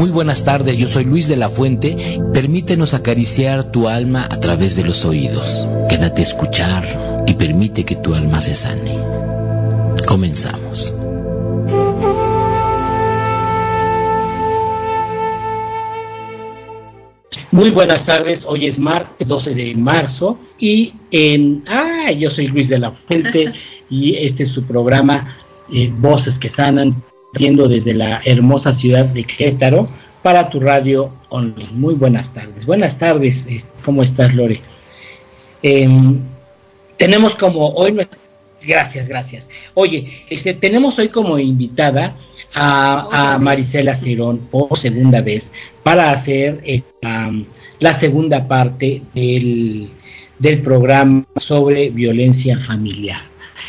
Muy buenas tardes, yo soy Luis de la Fuente. Permítenos acariciar tu alma a través de los oídos. Quédate a escuchar y permite que tu alma se sane. Comenzamos. Muy buenas tardes, hoy es martes 12 de marzo y yo soy Luis de la Fuente y este es su programa Voces que Sanan, viendo desde la hermosa ciudad de Querétaro para tu radio online. Muy buenas tardes, ¿cómo estás, Lore? Tenemos como hoy, gracias. Oye, tenemos hoy como invitada a Marisela Cerón por segunda vez para hacer la segunda parte del programa sobre violencia familiar.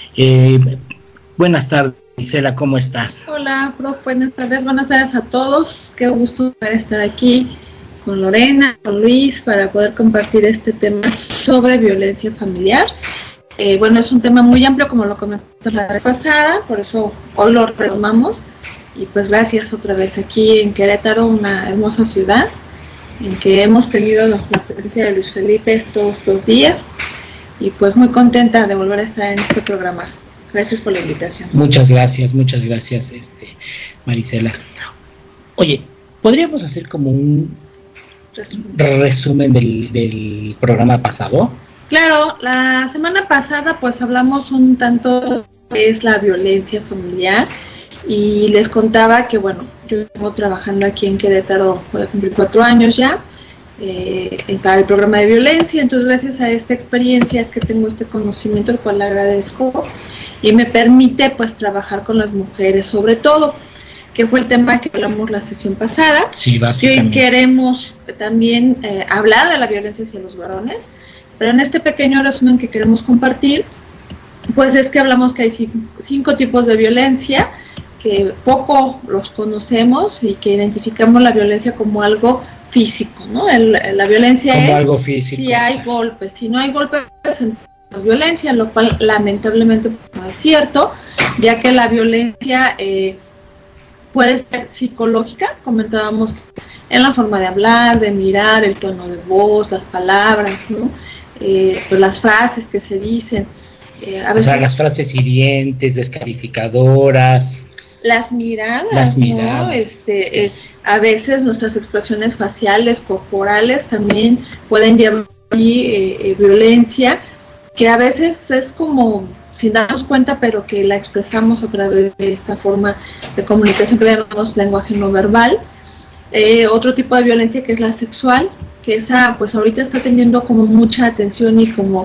Buenas tardes, Marisela, ¿cómo estás? Hola, prof, buenas tardes a todos. Qué gusto poder estar aquí con Lorena, con Luis, para poder compartir este tema sobre violencia familiar. Es un tema muy amplio, como lo comentó la vez pasada, por eso hoy lo retomamos. Y pues gracias otra vez aquí en Querétaro, una hermosa ciudad, en que hemos tenido la presencia de Luis Felipe estos días, y pues muy contenta de volver a estar en este programa. Gracias por la invitación. Muchas gracias, Marisela. Oye, ¿podríamos hacer como un resumen del programa pasado? Claro, la semana pasada pues hablamos un tanto de es la violencia familiar, y les contaba que yo vengo trabajando aquí en Querétaro, voy a cumplir 4 años ya, para el programa de violencia. Entonces gracias a esta experiencia es que tengo este conocimiento, el cual le agradezco, y me permite pues trabajar con las mujeres sobre todo, que fue el tema que hablamos la sesión pasada. Sí, básicamente. Hoy queremos también hablar de la violencia hacia los varones, pero en este pequeño resumen que queremos compartir, pues es que hablamos que hay 5 tipos de violencia, que poco los conocemos y que identificamos la violencia como algo físico, ¿no? La violencia como es algo físico, si hay golpes, si no hay golpes, entonces es violencia, lo cual lamentablemente no es cierto, ya que la violencia puede ser psicológica, comentábamos, en la forma de hablar, de mirar, el tono de voz, las palabras, ¿no? Pues las frases que se dicen, a veces, las frases hirientes, descalificadoras, las miradas. ¿No? A veces nuestras expresiones faciales, corporales también pueden llevar violencia, que a veces es como sin darnos cuenta, pero que la expresamos a través de esta forma de comunicación que le llamamos lenguaje no verbal. Otro tipo de violencia, que es la sexual, que esa pues ahorita está teniendo como mucha atención, y como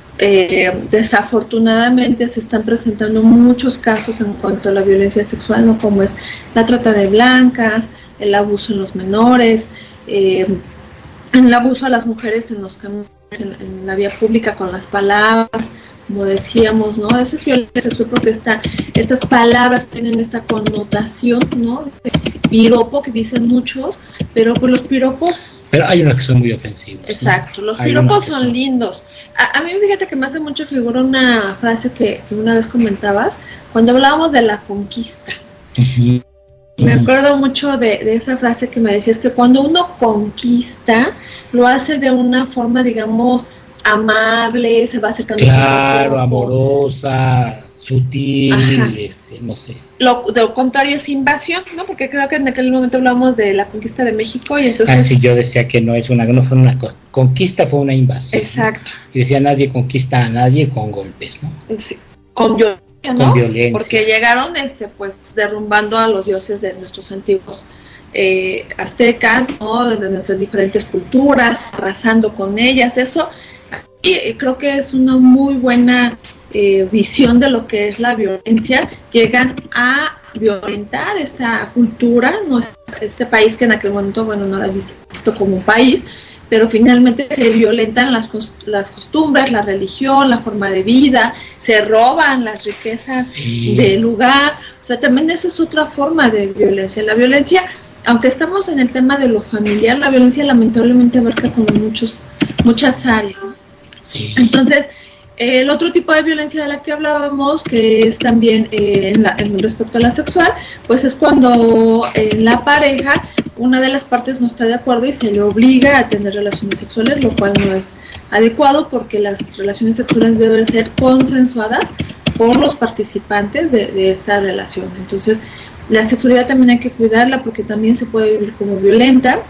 desafortunadamente se están presentando muchos casos en cuanto a la violencia sexual, ¿no? Como es la trata de blancas, el abuso en los menores, el abuso a las mujeres en los caminos, en la vía pública, con las palabras, como decíamos, ¿no? Eso es violencia sexual, porque estas palabras tienen esta connotación, ¿no? De piropo, que dicen muchos, pero pues los piropos... Pero hay unos que son muy ofensivos. Exacto, ¿no? Los piropos son lindos. A mí, fíjate que me hace mucho figura una frase que una vez comentabas, cuando hablábamos de la conquista. Uh-huh. Me acuerdo mucho de esa frase que me decías, que cuando uno conquista, lo hace de una forma, digamos, amable, se va acercando. Claro, amorosa, sutil, no sé. De lo contrario es invasión, ¿no? Porque creo que en aquel momento hablamos de la conquista de México, y entonces... sí, yo decía que no fue una conquista, fue una invasión. Exacto. ¿No? Y decía, nadie conquista a nadie con golpes, ¿no? Sí, con violencia, ¿no? Con violencia. Porque llegaron, pues, derrumbando a los dioses de nuestros antiguos aztecas, ¿no? De nuestras diferentes culturas, arrasando con ellas, eso... Y creo que es una muy buena visión de lo que es la violencia. Llegan a violentar esta cultura, ¿no? Este país que en aquel momento, no era visto como un país, pero finalmente se violentan las costumbres, la religión, la forma de vida, se roban las riquezas del lugar. O sea, también esa es otra forma de violencia. La violencia, aunque estamos en el tema de lo familiar, la violencia lamentablemente abarca como muchas áreas, ¿no? Sí. Entonces, el otro tipo de violencia de la que hablábamos, que es también en respecto a la sexual, pues es cuando en la pareja una de las partes no está de acuerdo y se le obliga a tener relaciones sexuales, lo cual no es adecuado porque las relaciones sexuales deben ser consensuadas por los participantes de esta relación. Entonces, la sexualidad también hay que cuidarla porque también se puede vivir como violenta.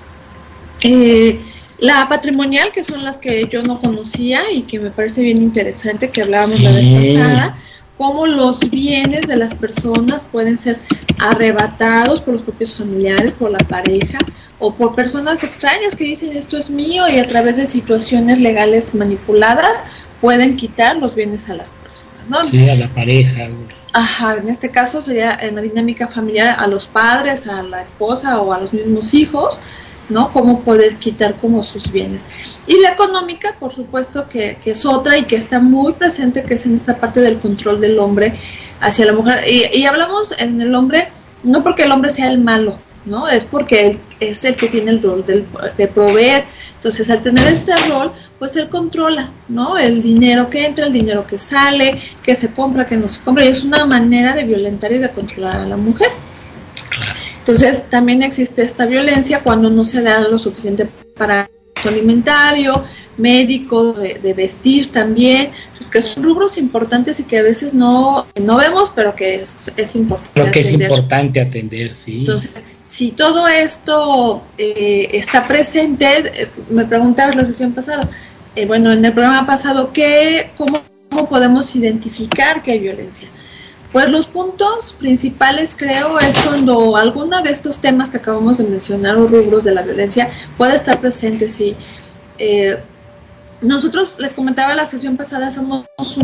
La patrimonial, que son las que yo no conocía y que me parece bien interesante, que hablábamos la vez pasada, cómo los bienes de las personas pueden ser arrebatados por los propios familiares, por la pareja o por personas extrañas que dicen esto es mío y a través de situaciones legales manipuladas pueden quitar los bienes a las personas, ¿no? Sí, a la pareja. Ajá, en este caso sería en la dinámica familiar a los padres, a la esposa o a los mismos hijos, ¿no? Cómo poder quitar como sus bienes. Y la económica, por supuesto, que es otra y que está muy presente, que es en esta parte del control del hombre hacia la mujer. Y hablamos en el hombre, no porque el hombre sea el malo, ¿no? Es porque él es el que tiene el rol de proveer. Entonces, al tener este rol, pues él controla, ¿no? El dinero que entra, el dinero que sale, que se compra, que no se compra. Y es una manera de violentar y de controlar a la mujer. Entonces, también existe esta violencia cuando no se da lo suficiente para alimentario, médico, de vestir también, pues que son rubros importantes y que a veces no vemos, pero que es importante lo que atender. Es importante atender, sí. Entonces, si todo esto está presente, me preguntabas la sesión pasada, bueno, en el programa pasado, ¿cómo podemos identificar que hay violencia? Pues los puntos principales, creo, es cuando alguno de estos temas que acabamos de mencionar o rubros de la violencia puede estar presente, sí. Nosotros, les comentaba la sesión pasada, hacemos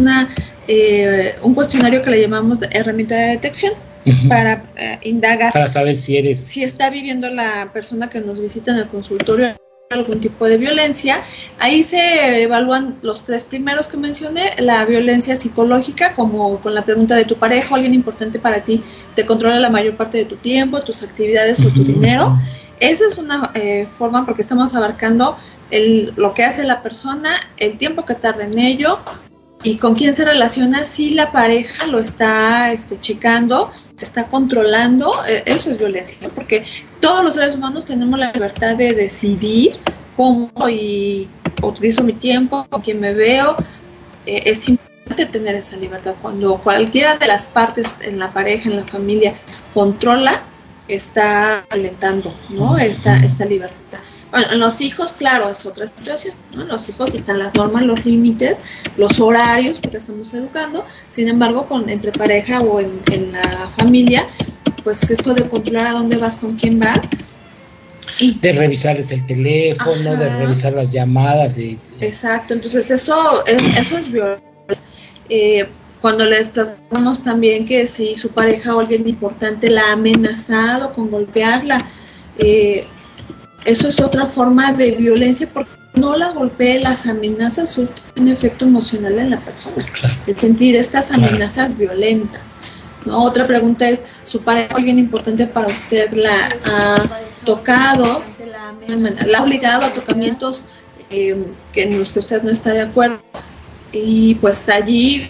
un cuestionario que le llamamos herramienta de detección para indagar. Para saber si está viviendo la persona que nos visita en el consultorio algún tipo de violencia. Ahí se evalúan los 3 primeros que mencioné, la violencia psicológica, como con la pregunta de tu pareja o alguien importante para ti, te controla la mayor parte de tu tiempo, tus actividades o tu dinero. Esa es una forma, porque estamos abarcando lo que hace la persona, el tiempo que tarda en ello y con quién se relaciona, si la pareja lo está checando, está controlando. Eso es violencia, ¿no? Porque todos los seres humanos tenemos la libertad de decidir cómo y utilizo mi tiempo, con quién me veo. Es importante tener esa libertad. Cuando cualquiera de las partes en la pareja, en la familia, controla, está violentando, ¿no? Esta libertad. Bueno, en los hijos, claro, es otra situación, ¿no? En los hijos están las normas, los límites, los horarios, porque estamos educando. Sin embargo, entre pareja o en la familia, pues esto de controlar a dónde vas, con quién vas. Y de revisarles el teléfono, ajá, de revisar las llamadas. Exacto, entonces eso es violencia. Cuando les preguntamos también que si su pareja o alguien importante la ha amenazado con golpearla, eso es otra forma de violencia, porque no la golpee, las amenazas surten un efecto emocional en la persona. Claro. El sentir estas amenazas violentas, ¿no? Otra pregunta es, ¿su pareja o alguien importante para usted la ha tocado, la ha obligado a tocamientos en los que usted no está de acuerdo? Y pues allí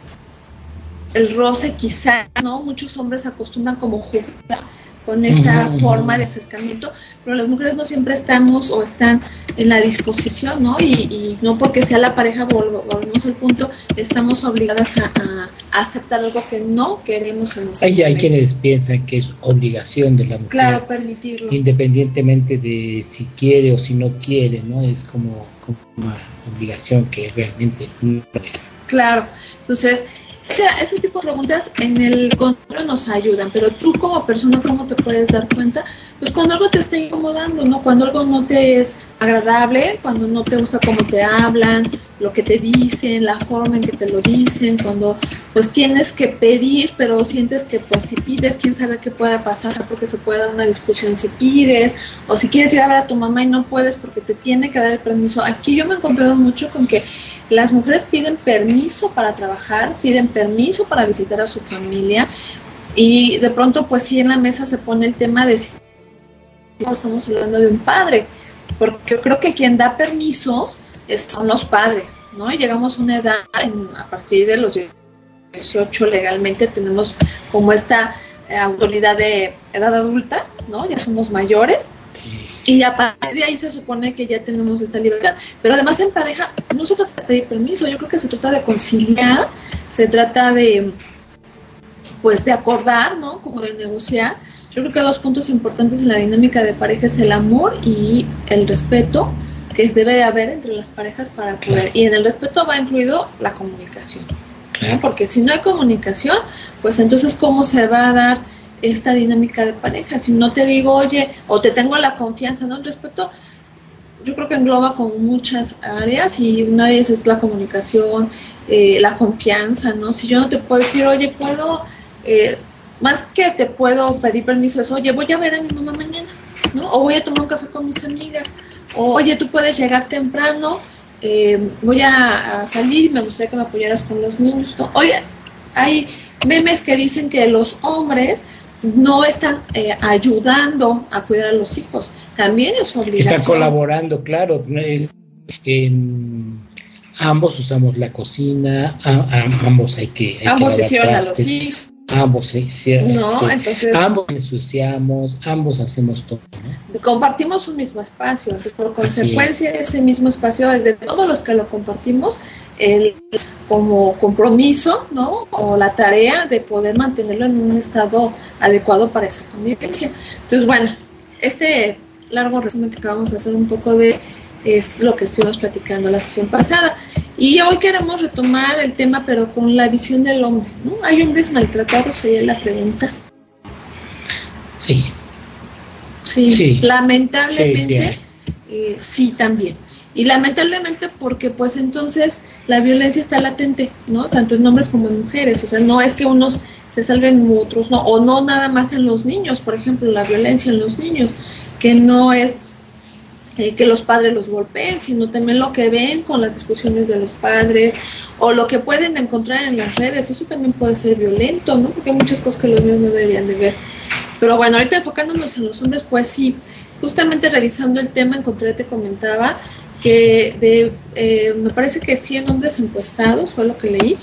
el roce quizá, ¿no? Muchos hombres acostumbran como jugar con esta forma de acercamiento, pero las mujeres no siempre estamos o están en la disposición, ¿no? Y no porque sea la pareja, volvemos al punto, estamos obligadas a aceptar algo que no queremos en ese momento. Hay quienes piensan que es obligación de la mujer. Claro, permitirlo. Independientemente de si quiere o si no quiere, ¿no? Es como una obligación que realmente no es. Claro, entonces ese tipo de preguntas en el control nos ayudan, pero tú como persona, ¿cómo te puedes dar cuenta? Pues cuando algo te está incomodando, ¿no? Cuando algo no te es agradable, cuando no te gusta cómo te hablan, lo que te dicen, la forma en que te lo dicen, cuando pues tienes que pedir, pero sientes que pues si pides, quién sabe qué pueda pasar, porque se puede dar una discusión si pides, o si quieres ir a ver a tu mamá y no puedes porque te tiene que dar el permiso. Aquí yo me he encontrado mucho con que las mujeres piden permiso para trabajar, piden permiso para visitar a su familia, y de pronto pues sí en la mesa se pone el tema de si estamos hablando de un padre, porque yo creo que quien da permisos son los padres, ¿no? Y llegamos a una edad, a partir de los 18 legalmente tenemos como esta autoridad de edad adulta, ¿no? Ya somos mayores, Y a partir de ahí se supone que ya tenemos esta libertad. Pero además en pareja no se trata de pedir permiso, yo creo que se trata de conciliar, se trata de, pues, de acordar, ¿no? Como de negociar. Yo creo que 2 puntos importantes en la dinámica de pareja es el amor y el respeto que debe de haber entre las parejas para poder, y en el respeto va incluido la comunicación, ¿no? Porque si no hay comunicación, pues entonces ¿cómo se va a dar esta dinámica de pareja? Si no te digo, oye, o te tengo la confianza, ¿no? El respeto yo creo que engloba como muchas áreas, y una de ellas es la comunicación, la confianza, ¿no? Si yo no te puedo decir, oye, puedo, más que te puedo pedir permiso, es, oye, voy a ver a mi mamá mañana, ¿no? O voy a tomar un café con mis amigas, o oye, tú puedes llegar temprano, voy a salir y me gustaría que me apoyaras con los niños, ¿no? Oye, hay memes que dicen que los hombres no están ayudando a cuidar a los hijos, también es su obligación. Están colaborando, claro. Ambos usamos la cocina, ambos hay que ambos hicieron a los hijos. Ambos se hicieron, no, entonces, ambos ensuciamos, ambos hacemos todo, ¿no? Compartimos un mismo espacio, entonces por consecuencia ese mismo espacio es de todos los que lo compartimos, como compromiso, ¿no? O la tarea de poder mantenerlo en un estado adecuado para esa convivencia. Entonces, bueno, este largo resumen que acabamos de hacer un poco es lo que estuvimos platicando la sesión pasada. Y hoy queremos retomar el tema, pero con la visión del hombre, ¿no? ¿Hay hombres maltratados? Sería la pregunta. Sí. Sí. Lamentablemente, sí también. Y lamentablemente porque pues entonces la violencia está latente, ¿no? Tanto en hombres como en mujeres. O sea, no es que unos se salven u otros no, o no nada más en los niños, por ejemplo, la violencia en los niños, que no es que los padres los golpeen, sino también lo que ven con las discusiones de los padres, o lo que pueden encontrar en las redes. Eso también puede ser violento, ¿no? Porque hay muchas cosas que los niños no deberían de ver. Pero bueno, ahorita enfocándonos en los hombres, pues sí, justamente revisando el tema, te comentaba que me parece que 100 hombres encuestados, fue lo que leí,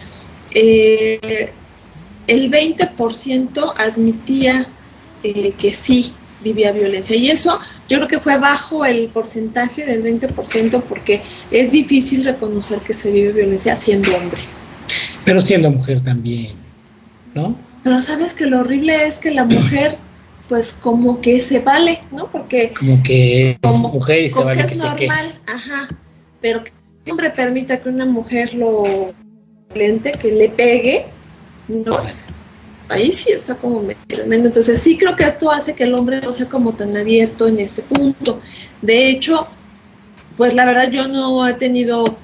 el 20% admitía que sí vivía violencia, y eso yo creo que fue bajo el porcentaje del 20%, porque es difícil reconocer que se vive violencia siendo hombre. Pero siendo mujer también, ¿no? Pero sabes que lo horrible es que la mujer, pues como que se vale, ¿no? Porque como que es mujer y se vale que es normal, ajá, pero que el hombre permita que una mujer lo violente, que le pegue, no. Ahí sí está como tremendo. Entonces sí creo que esto hace que el hombre no sea como tan abierto en este punto. De hecho, pues la verdad yo no he tenido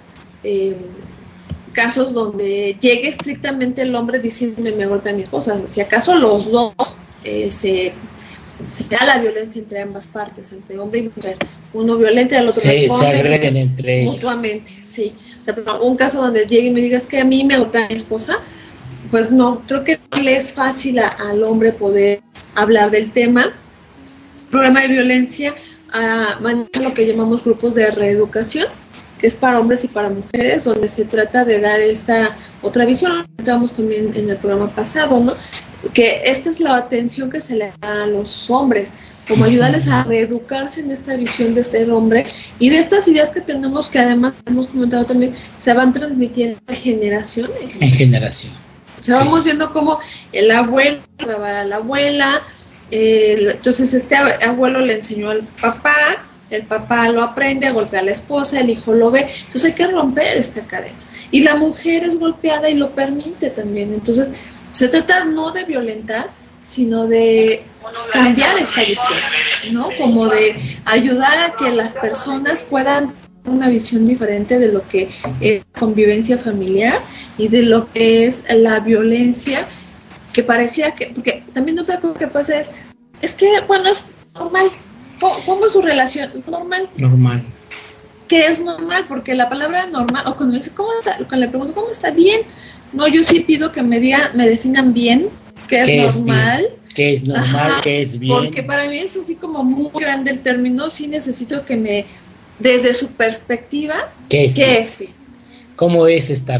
casos donde llegue estrictamente el hombre diciéndome me golpea a mi esposa. Si acaso los dos se da la violencia entre ambas partes, entre hombre y mujer. Uno violenta y el otro responde. Se agreden entre ellos. Mutuamente, sí. O sea, pero un caso donde llegue y me digas que a mí me golpea mi esposa, pues no, creo que no le es fácil al hombre poder hablar del tema. El programa de violencia maneja lo que llamamos grupos de reeducación, que es para hombres y para mujeres, donde se trata de dar esta otra visión. Lo comentamos también en el programa pasado, ¿no? Que esta es la atención que se le da a los hombres, como ayudarles a reeducarse en esta visión de ser hombre y de estas ideas que tenemos, que además hemos comentado también, se van transmitiendo de generación en generación. O sea, vamos viendo cómo el abuelo va a la abuela, entonces este abuelo le enseñó al papá, el papá lo aprende a golpear a la esposa, el hijo lo ve, entonces hay que romper esta cadena. Y la mujer es golpeada y lo permite también, entonces se trata no de violentar, sino de cambiar esta visión, ¿no? Como de ayudar a que las personas puedan una visión diferente de lo que es convivencia familiar y de lo que es la violencia, que parecía que, porque también otra cosa que pasa es que, bueno, es normal. ¿Cómo es su relación? ¿Normal? Normal. ¿Qué es normal? Porque la palabra normal, o cuando me dice, ¿cómo está? Cuando le pregunto, ¿cómo está? Bien. No, yo sí pido que me definan bien, qué es normal. ¿Qué es normal? ¿Qué es bien? Porque para mí es así como muy grande el término, sí necesito que me, desde su perspectiva, ¿qué es bien? bien? ¿Cómo es estar bien?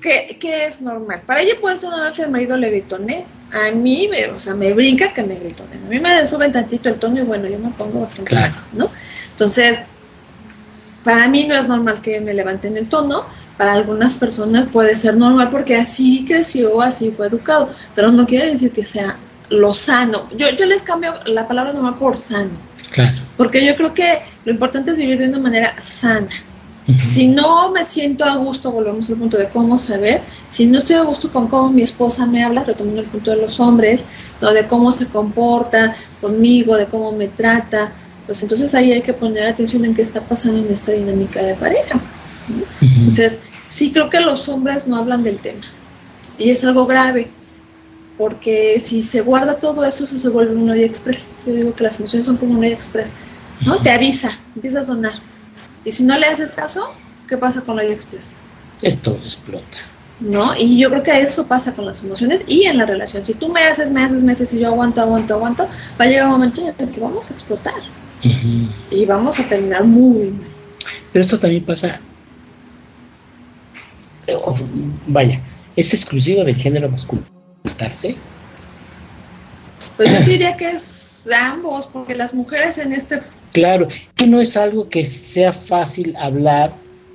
¿qué es normal? Para ella puede ser normal que el marido le gritone. A mí, me brinca que me gritone. A mí me suben tantito el tono y bueno, yo me pongo bastante mal, ¿no? Entonces, para mí no es normal que me levanten el tono. Para algunas personas puede ser normal porque así creció, así fue educado, pero no quiere decir que sea lo sano. Yo les cambio la palabra normal por sano. Claro. Porque yo creo que lo importante es vivir de una manera sana. Si no me siento a gusto, volvemos al punto de cómo saber, si no estoy a gusto con cómo mi esposa me habla, retomando el punto de los hombres, ¿no? De cómo se comporta conmigo, de cómo me trata, pues entonces ahí hay que poner atención en qué está pasando en esta dinámica de pareja, ¿no? Entonces, sí creo que los hombres no hablan del tema, y es algo grave, porque si se guarda todo eso, eso se vuelve un Orient Express. Yo digo que las emociones son como un Orient Express, ¿no? Te avisa, empieza a sonar. Y si no le haces caso, ¿qué pasa con la Express? Esto explota. ¿No? Y yo creo que eso pasa con las emociones y en la relación. Si tú me haces y yo aguanto, va a llegar un momento en el que vamos a explotar. Y vamos a terminar muy mal. Pero esto también pasa... vaya, ¿es exclusivo del género masculino? Pues yo diría que es de ambos, porque las mujeres en este... Claro, que no es algo que sea fácil hablar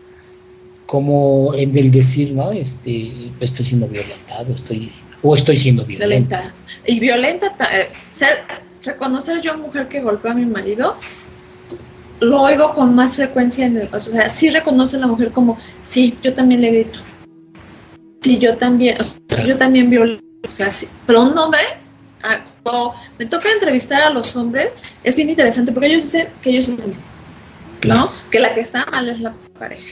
como en el decir, ¿no? Estoy siendo violentado, estoy siendo violenta. Y violenta, reconocer yo mujer que golpea a mi marido, lo oigo con más frecuencia o sea, sí reconoce a la mujer como, sí, yo también le grito. Sí, yo también, yo también violento, o sea, sí, pero un hombre... Cuando me toca entrevistar a los hombres, es bien interesante porque ellos dicen que ellos están bien, ¿no? Que la que está mal es la pareja.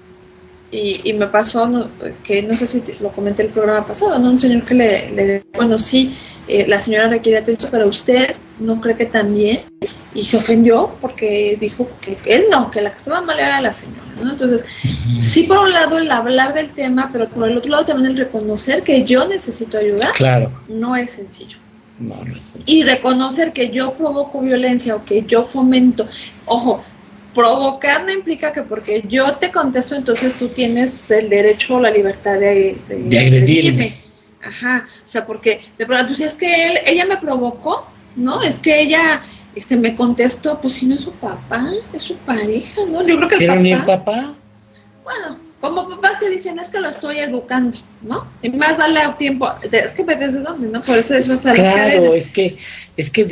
Y me pasó, que no sé si lo comenté el programa pasado, ¿no? Un señor que le bueno, sí, la señora requiere atención, pero usted no cree que también, y se ofendió porque dijo que él no, que la que estaba mal era la señora, ¿no? Entonces, sí, por un lado el hablar del tema, pero por el otro lado también el reconocer que yo necesito ayuda, no es sencillo. No es sencillo. Y reconocer que yo provoco violencia o que yo fomento, ojo, provocar no implica que porque yo te contesto, entonces tú tienes el derecho o la libertad de agredirme. Ajá, o sea, porque de pronto, pues es que ella me provocó, ¿no? Es que ella me contestó, pues si no es su papá, es su pareja, ¿no? Yo creo que ¿Pero ni el papá? Bueno, como papás te dicen, es que lo estoy educando, ¿no? Y más vale a tiempo, es que desde dónde, ¿no? Por eso está las cadenas. Claro, es que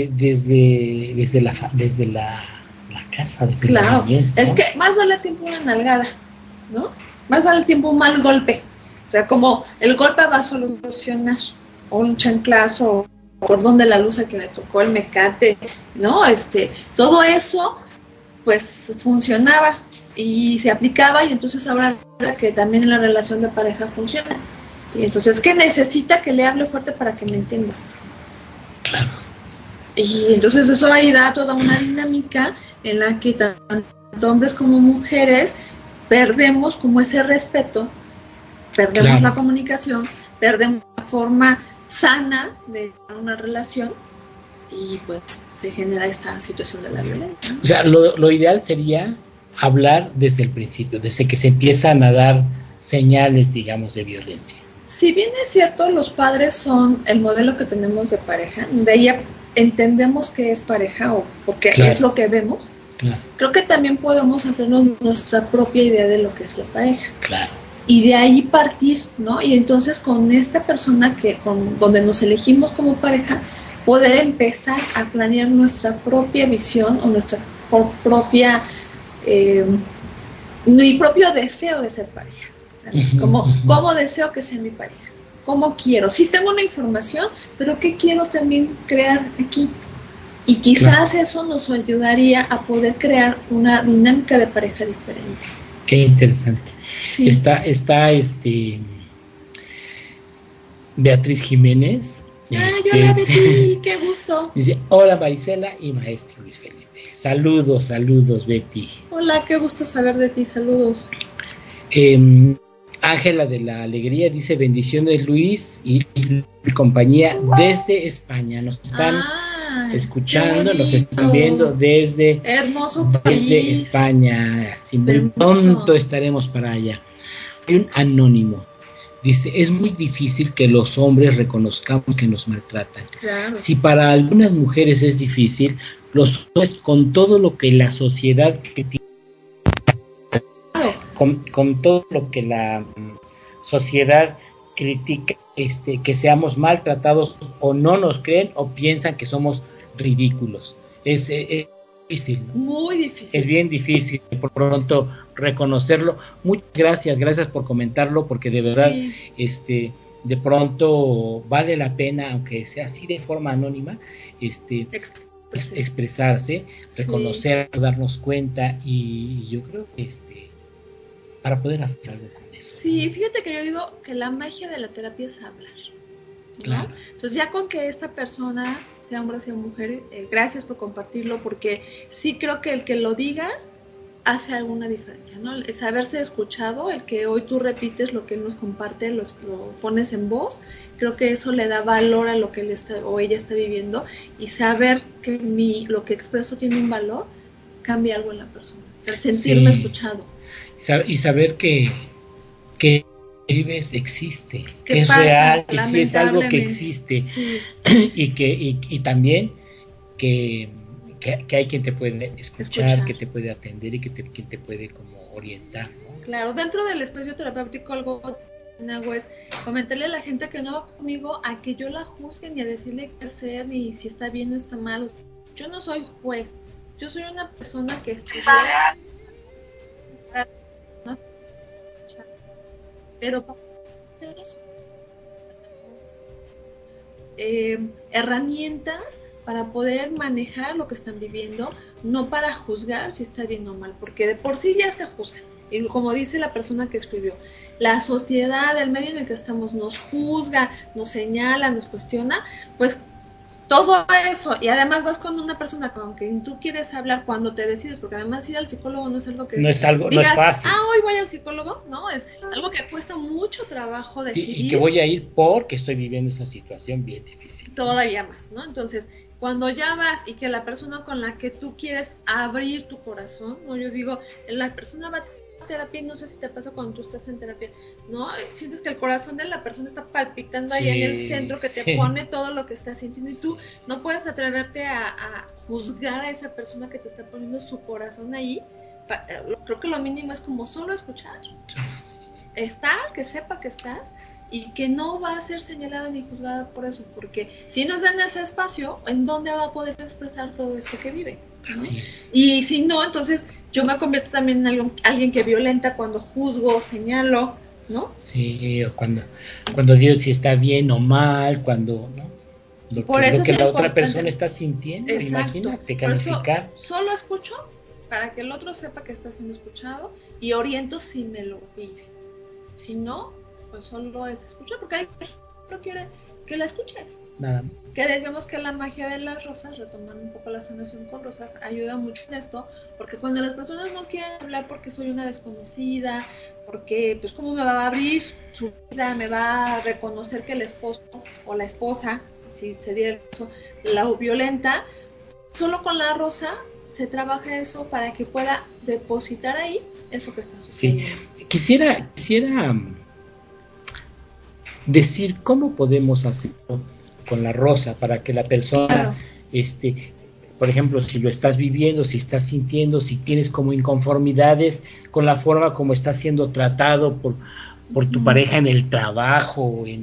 desde la casa, desde claro, la niñez, ¿no? Es que más vale a tiempo una nalgada, ¿no? Más vale a tiempo un mal golpe. O sea, como el golpe va a solucionar, o un chanclazo, o cordón de la luz a que le tocó el mecate, ¿no? Todo eso, pues, funcionaba y se aplicaba, y entonces ahora que también en la relación de pareja funciona. Y entonces, ¿qué necesita? Que le hable fuerte para que me entienda. Claro. Y entonces eso ahí da toda una dinámica en la que tanto hombres como mujeres perdemos como ese respeto, perdemos la comunicación, perdemos la forma sana de una relación, y pues se genera esta situación de la violencia. O sea, lo ideal sería hablar desde el principio, desde que se empiezan a dar señales, digamos, de violencia. Si bien es cierto, los padres son el modelo que tenemos de pareja, de ahí entendemos que es pareja o porque es lo que vemos. Creo que también podemos hacernos nuestra propia idea de lo que es la pareja. Y de ahí partir, ¿no? Y entonces con esta persona donde nos elegimos como pareja, poder empezar a planear nuestra propia visión o nuestra propia mi propio deseo de ser pareja, ¿no? ¿Cómo deseo que sea mi pareja? ¿Cómo quiero? Sí tengo una información, pero ¿qué quiero también crear aquí? Y quizás eso nos ayudaría a poder crear una dinámica de pareja diferente. Qué interesante. Sí. Está Beatriz Jiménez. Hola Betty, qué gusto. Dice, hola Marisela y maestro Luis Felipe. Saludos Betty. Hola, qué gusto saber de ti, saludos. Ángela de la Alegría dice, bendiciones Luis y compañía desde España. Nos están escuchando, nos están viendo desde España. Así muy pronto estaremos para allá. Hay un anónimo. Dice, es muy difícil que los hombres reconozcamos que nos maltratan. Claro. Si para algunas mujeres es difícil, los hombres, con todo lo que la sociedad critica, con todo lo que la sociedad critica, que seamos maltratados, o no nos creen o piensan que somos ridículos. Es difícil, ¿no? Muy difícil. Es bien difícil por pronto reconocerlo. Muchas gracias por comentarlo, porque de verdad, sí. De pronto vale la pena, aunque sea así de forma anónima, expresarse, reconocer, sí, darnos cuenta, y yo creo que para poder hacer algo con eso. Sí, fíjate que yo digo que la magia de la terapia es hablar, ¿no? Claro. Entonces ya con que esta persona, sea hombre, sea mujer, gracias por compartirlo, porque sí creo que el que lo diga hace alguna diferencia, ¿no? El saberse escuchado, el que hoy tú repites lo que él nos comparte, lo pones en voz, creo que eso le da valor a lo que él está o ella está viviendo, y saber que lo que expreso tiene un valor, cambia algo en la persona, o sea, sentirme escuchado. Y saber que vives existe, que es pasa, real, que sí es algo que existe, sí. y también que hay quien te puede escuchar, que te puede atender, y quien te puede como orientar, ¿no? Claro, dentro del espacio terapéutico algo que hago es comentarle a la gente que no va conmigo a que yo la juzgue, ni a decirle qué hacer, ni si está bien o está mal. Yo no soy juez, yo soy una persona que estudia, pero para hacer eso, herramientas para poder manejar lo que están viviendo, no para juzgar si está bien o mal, porque de por sí ya se juzgan. Y como dice la persona que escribió, la sociedad, el medio en el que estamos nos juzga, nos señala, nos cuestiona, pues todo eso, y además vas con una persona con quien tú quieres hablar cuando te decides, porque además ir al psicólogo no es algo que digas, no es fácil. Hoy voy al psicólogo, no, es algo que cuesta mucho trabajo decidir. Y que voy a ir porque estoy viviendo esa situación bien difícil. Todavía más, ¿no? Entonces, cuando ya vas y que la persona con la que tú quieres abrir tu corazón, ¿no? Yo digo, la persona va a terapia, y no sé si te pasa cuando tú estás en terapia, ¿no? Sientes que el corazón de la persona está palpitando ahí en el centro, que te pone todo lo que está sintiendo, y tú no puedes atreverte a juzgar a esa persona que te está poniendo su corazón ahí. Creo que lo mínimo es como solo escuchar, estar, que sepa que estás, y que no va a ser señalada ni juzgada por eso, porque si nos dan ese espacio, ¿en dónde va a poder expresar todo esto que vive? ¿No? Así es. Y si no, entonces yo me convierto también en alguien que violenta cuando juzgo, señalo, ¿no? Sí, o cuando digo si está bien o mal, cuando, ¿no? Lo que la otra persona está sintiendo. Exacto. Imagínate, calificar. Por eso, solo escucho para que el otro sepa que está siendo escuchado, y oriento si me lo pide. Si no, pues solo es escuchar, porque hay gente que no quiere que la escuches. Nada más. Que decíamos que la magia de las rosas, retomando un poco la sanación con rosas, ayuda mucho en esto, porque cuando las personas no quieren hablar porque soy una desconocida, porque pues cómo me va a abrir su vida, me va a reconocer que el esposo o la esposa, si se diera el caso, la violenta, solo con la rosa se trabaja eso para que pueda depositar ahí eso que está sucediendo. Sí, quisiera decir cómo podemos hacerlo con la rosa para que la persona, por ejemplo, si lo estás viviendo, si estás sintiendo, si tienes como inconformidades con la forma como estás siendo tratado por tu pareja en el trabajo, en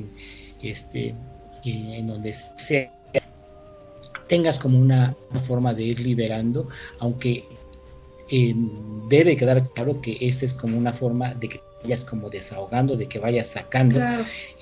donde sea, tengas como una forma de ir liberando, aunque debe quedar claro que esta es como una forma de que vayas como desahogando, de que vayas sacando, claro.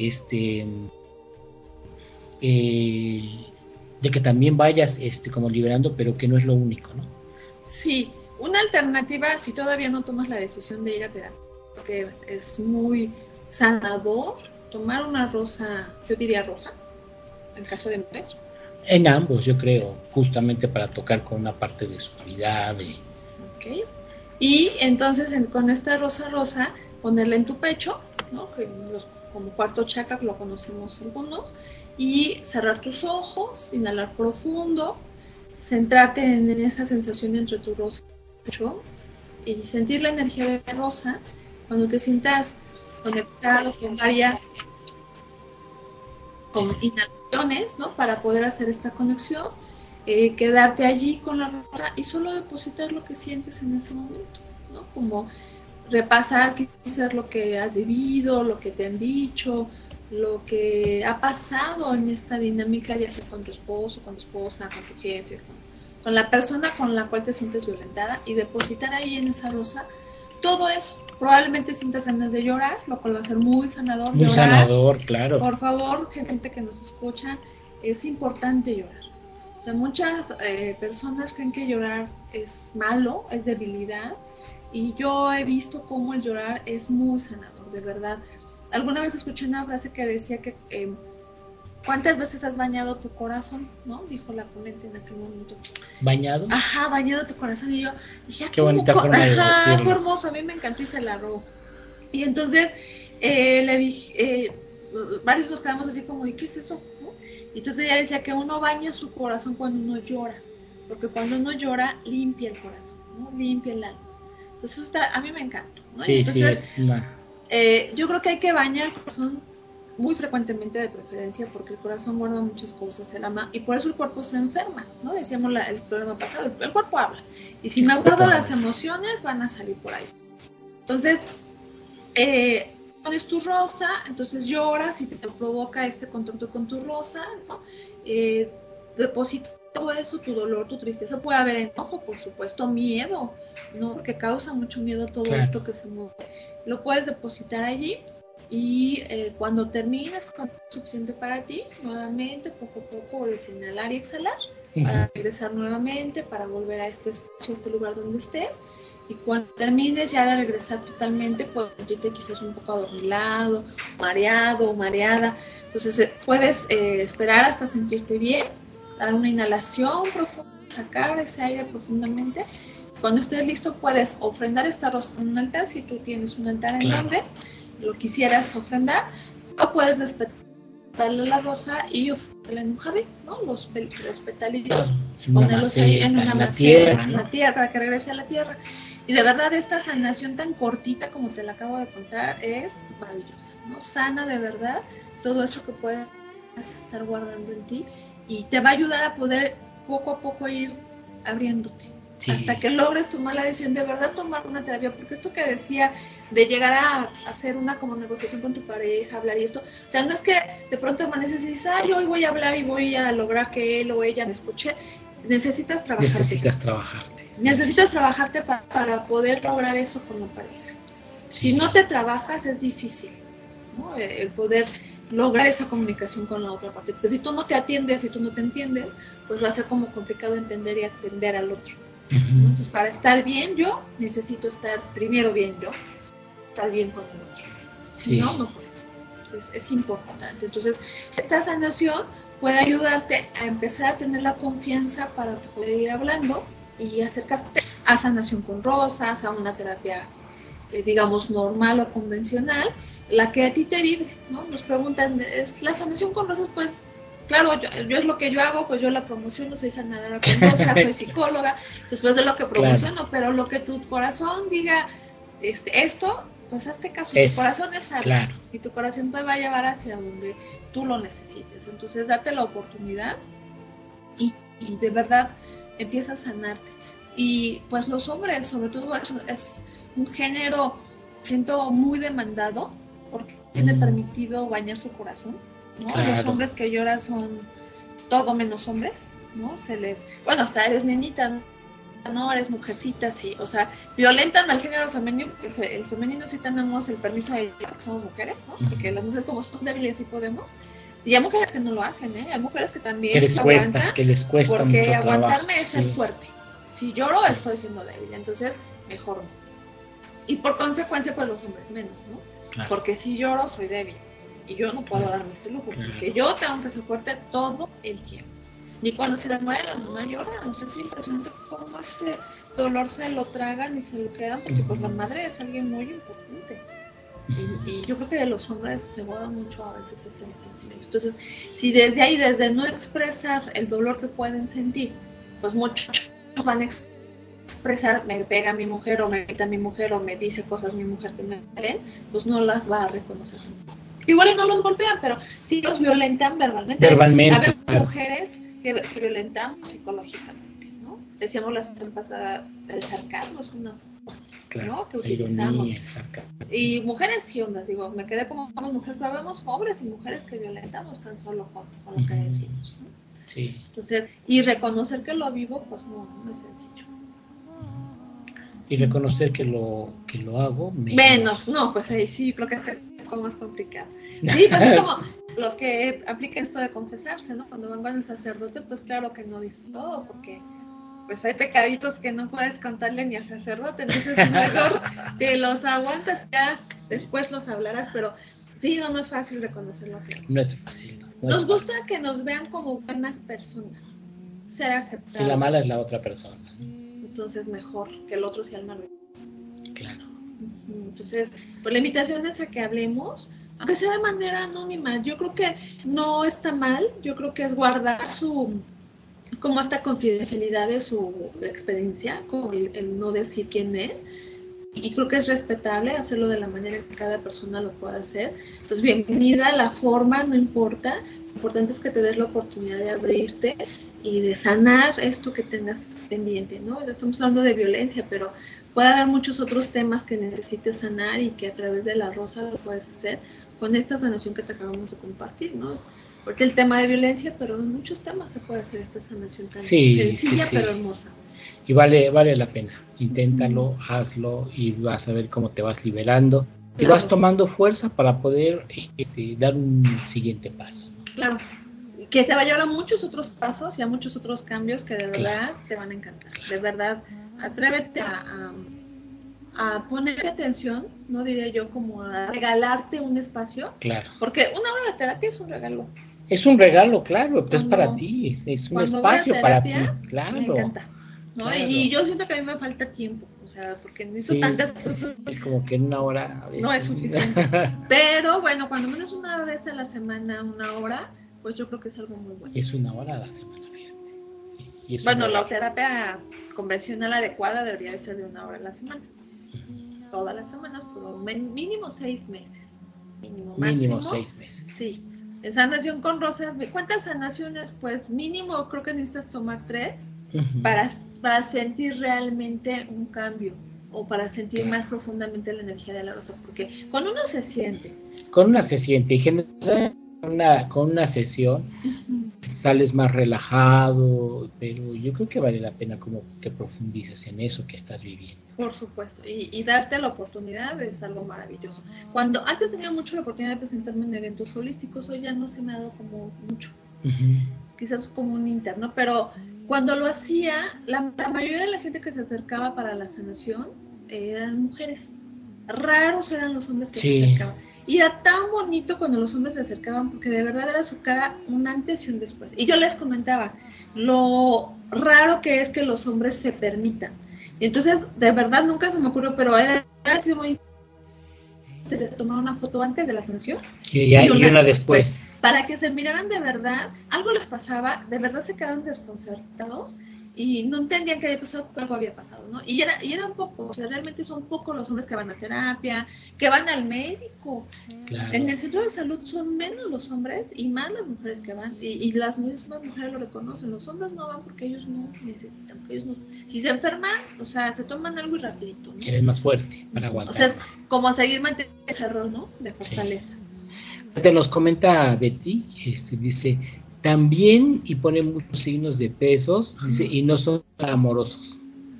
De que también vayas como liberando, pero que no es lo único, ¿no? Sí, una alternativa, si todavía no tomas la decisión de ir a terapia, porque es muy sanador tomar una rosa, yo diría rosa, en caso de mujer. En ambos, yo creo, justamente para tocar con una parte de suavidad. Okay. Y entonces con esta rosa, ponerla en tu pecho, ¿no? Como cuarto chakra, que lo conocemos algunos, y cerrar tus ojos, inhalar profundo, centrarte en esa sensación entre tu rostro y sentir la energía de rosa. Cuando te sientas conectado con varias inhalaciones, ¿no? Para poder hacer esta conexión, quedarte allí con la rosa y solo depositar lo que sientes en ese momento, ¿no? Como repasar quizás lo que has vivido, lo que te han dicho, lo que ha pasado en esta dinámica, ya sea con tu esposo, con tu esposa, con tu jefe, con la persona con la cual te sientes violentada, y depositar ahí en esa rosa todo eso. Probablemente sientas ganas de llorar, lo cual va a ser muy sanador. Muy llorar, sanador, claro. Por favor, gente que nos escuchan, es importante llorar. O sea, muchas personas creen que llorar es malo, es debilidad, y yo he visto cómo el llorar es muy sanador, de verdad. Alguna vez escuché una frase que decía que ¿cuántas veces has bañado tu corazón? ¿No? Dijo la ponente en aquel momento. ¿Bañado? Ajá, bañado tu corazón. Y yo dije, qué bonita forma de decirlo. Fue hermoso, a mí me encantó y se la robó. Y entonces le dije, varios nos quedamos así como, ¿y qué es eso? ¿No? Y entonces ella decía que uno baña su corazón cuando uno llora, porque cuando uno llora limpia el corazón, ¿no? Limpia el alma. Entonces a mí me encanta, ¿no? Sí, entonces, sí, yo creo que hay que bañar el corazón muy frecuentemente, de preferencia, porque el corazón guarda muchas cosas, el alma, y por eso el cuerpo se enferma, ¿no? Decíamos el programa pasado, el cuerpo habla, y si me guardo las emociones van a salir por ahí. Entonces, pones tu rosa, entonces lloras y te provoca este contacto con tu rosa, ¿no? Deposita todo eso, tu dolor, tu tristeza, puede haber enojo, por supuesto, miedo, ¿no? Porque causa mucho miedo todo esto que se mueve. Lo puedes depositar allí y cuando termines, cuando es suficiente para ti, nuevamente, poco a poco, vuelves a inhalar y exhalar, para regresar nuevamente, para volver a este lugar donde estés. Y cuando termines ya de regresar totalmente, puedes sentirte quizás un poco adormilado, mareado o mareada. Entonces puedes esperar hasta sentirte bien, dar una inhalación profunda, sacar ese aire profundamente. Cuando estés listo, puedes ofrendar esta rosa en un altar, si tú tienes un altar en donde lo quisieras ofrendar, o puedes despetarle la rosa y ofrendarla en un jardín, ¿no? Los petalitos, ponerlos ahí en una maceta, en la tierra, para que regrese a la tierra. Y de verdad, esta sanación tan cortita como te la acabo de contar es maravillosa, ¿no? Sana de verdad todo eso que puedes estar guardando en ti, y te va a ayudar a poder poco a poco ir abriéndote. Sí. Hasta que logres tomar la decisión de verdad, tomar una terapia, porque esto que decía de llegar a hacer una como negociación con tu pareja, hablar y esto, o sea, no es que de pronto amaneces y dices, yo hoy voy a hablar y voy a lograr que él o ella me escuche. Necesitas trabajarte. Sí. Necesitas trabajarte para poder lograr eso con la pareja. Sí. Si no te trabajas es difícil, ¿no? El poder lograr esa comunicación con la otra parte, porque si tú no te atiendes, si tú no te entiendes, pues va a ser como complicado entender y atender al otro. ¿No? Entonces, para estar bien yo, necesito estar primero bien yo, estar bien con el otro. Si no, no puedo. Es importante. Entonces, esta sanación puede ayudarte a empezar a tener la confianza para poder ir hablando y acercarte a sanación con rosas, a una terapia, digamos, normal o convencional, la que a ti te vibre, ¿no? Nos preguntan, ¿es la sanación con rosas? Pues claro, yo es lo que yo hago, pues yo la promociono, soy sanadora con rosas, soy psicóloga, después de lo que promociono, pero lo que tu corazón diga, esto, pues hazte caso, tu corazón es sabio, y tu corazón te va a llevar hacia donde tú lo necesites. Entonces date la oportunidad y de verdad empieza a sanarte. Y pues los hombres, sobre todo, es un género, siento, muy demandado, porque tiene permitido bañar su corazón, ¿no? Los hombres que lloran son todo menos hombres, ¿no? Bueno, hasta eres nenita, no eres mujercita, sí, o sea, violentan al género femenino, porque el femenino sí tenemos el permiso de que somos mujeres, ¿no? Porque las mujeres, como somos débiles, sí podemos. Y hay mujeres que no lo hacen, hay mujeres que también que les cuesta porque mucho aguantarme trabajo, es ser fuerte. Si lloro estoy siendo débil, entonces mejor no. Y por consecuencia, pues los hombres menos, ¿no? Claro. Porque si lloro soy débil y yo no puedo darme ese lujo, porque yo tengo que ser fuerte todo el tiempo. Y cuando se les muere la mamá llora, no sé, es impresionante cómo ese dolor se lo tragan y se lo quedan, porque pues la madre es alguien muy importante. Y yo creo que de los hombres se guarda mucho a veces ese sentimiento. Entonces, si desde ahí, desde no expresar el dolor que pueden sentir, pues muchos van a expresar, me pega mi mujer o me grita mi mujer o me dice cosas mi mujer que me duelen, pues no las va a reconocer. Igual y no los golpean, pero sí los violentan verbalmente. Verbalmente. Hay mujeres que violentamos psicológicamente, ¿no? Decíamos la semana pasada, el sarcasmo es una Claro, ¿no? Que utilizamos. Ironía, sarcasmo. Y mujeres y hombres, digo, me quedé como mujer, pero vemos hombres y mujeres que violentamos tan solo con lo que decimos, ¿no? Sí. Entonces, y reconocer que lo vivo, pues no es sencillo. Y reconocer que lo hago menos, no, pues ahí sí, creo que es un poco más complicado. Sí, pues es como los que aplican esto de confesarse, ¿no? Cuando van con el sacerdote, pues claro que no dice todo, porque pues hay pecaditos que no puedes contarle ni al sacerdote, entonces mejor te los aguantas, ya después los hablarás, pero sí, no es fácil reconocer lo que no es fácil. Nos gusta que nos vean como buenas personas, ser aceptados. Y la mala es la otra persona. Entonces mejor que el otro sea el malo. Claro. Entonces, pues la invitación es a que hablemos, aunque sea de manera anónima. Yo creo que no está mal, yo creo que es guardar como esta confidencialidad de su experiencia, como el no decir quién es, y creo que es respetable hacerlo de la manera que cada persona lo pueda hacer. Entonces, bienvenida, la forma no importa, lo importante es que te des la oportunidad de abrirte y de sanar esto que tengas pendiente, ¿no? Estamos hablando de violencia, pero puede haber muchos otros temas que necesites sanar y que a través de la rosa lo puedes hacer con esta sanación que te acabamos de compartir, ¿no? Porque el tema de violencia, pero en muchos temas se puede hacer esta sanación tan sencilla, pero hermosa. Y vale la pena. Inténtalo, hazlo y vas a ver cómo te vas liberando. Claro. Y vas tomando fuerza para poder dar un siguiente paso, ¿no? Claro. Que te va a llevar a muchos otros pasos y a muchos otros cambios que de verdad te van a encantar. De verdad, atrévete a poner atención, no diría yo como a regalarte un espacio. Claro. Porque una hora de terapia es un regalo. Es un regalo, claro, pero es para ti, es un espacio terapia, para ti, claro. Me encanta, ¿no? Claro. Y yo siento que a mí me falta tiempo, o sea, porque necesito tantas cosas. Es como que en una hora a veces no es suficiente. Pero bueno, cuando menos una vez a la semana, una hora, pues yo creo que es algo muy bueno. Es una hora a la semana, fíjate. Sí, bueno, la terapia convencional adecuada debería de ser de una hora a la semana. Todas las semanas, por mínimo 6 meses. Mínimo 6 meses. Sí. En sanación con rosas, ¿cuántas sanaciones? Pues mínimo creo que necesitas tomar 3 para sentir realmente un cambio o para sentir más profundamente la energía de la rosa, porque con uno se siente. Y generalmente con una sesión sales más relajado, pero yo creo que vale la pena como que profundices en eso que estás viviendo. Por supuesto, y darte la oportunidad es algo maravilloso. Cuando antes tenía mucho la oportunidad de presentarme en eventos holísticos, hoy ya no se me ha dado como mucho. Quizás como un interno, pero cuando lo hacía, la mayoría de la gente que se acercaba para la sanación eran mujeres. Raros eran los hombres que se acercaban. Y era tan bonito cuando los hombres se acercaban, porque de verdad era su cara un antes y un después. Y yo les comentaba lo raro que es que los hombres se permitan. Y entonces, de verdad, nunca se me ocurrió, pero ha sido muy interesante tomar una foto antes de la sanación y una después. Para que se miraran de verdad, algo les pasaba, de verdad se quedaban desconcertados y no entendían qué había pasado, pero algo había pasado, ¿no? Y era un poco, o sea, realmente son pocos los hombres que van a terapia, que van al médico. Claro. En el centro de salud son menos los hombres y más las mujeres que van, y las mismas mujeres lo reconocen. Los hombres no van porque ellos no necesitan, porque ellos no, si se enferman, o sea, se toman algo y rapidito, ¿no? Eres más fuerte para aguantar. O sea, es como seguir manteniendo ese rol, ¿no? De fortaleza. Sí. Te nos comenta Betty, dice, también, y pone muchos signos de pesos, dice, y no son amorosos.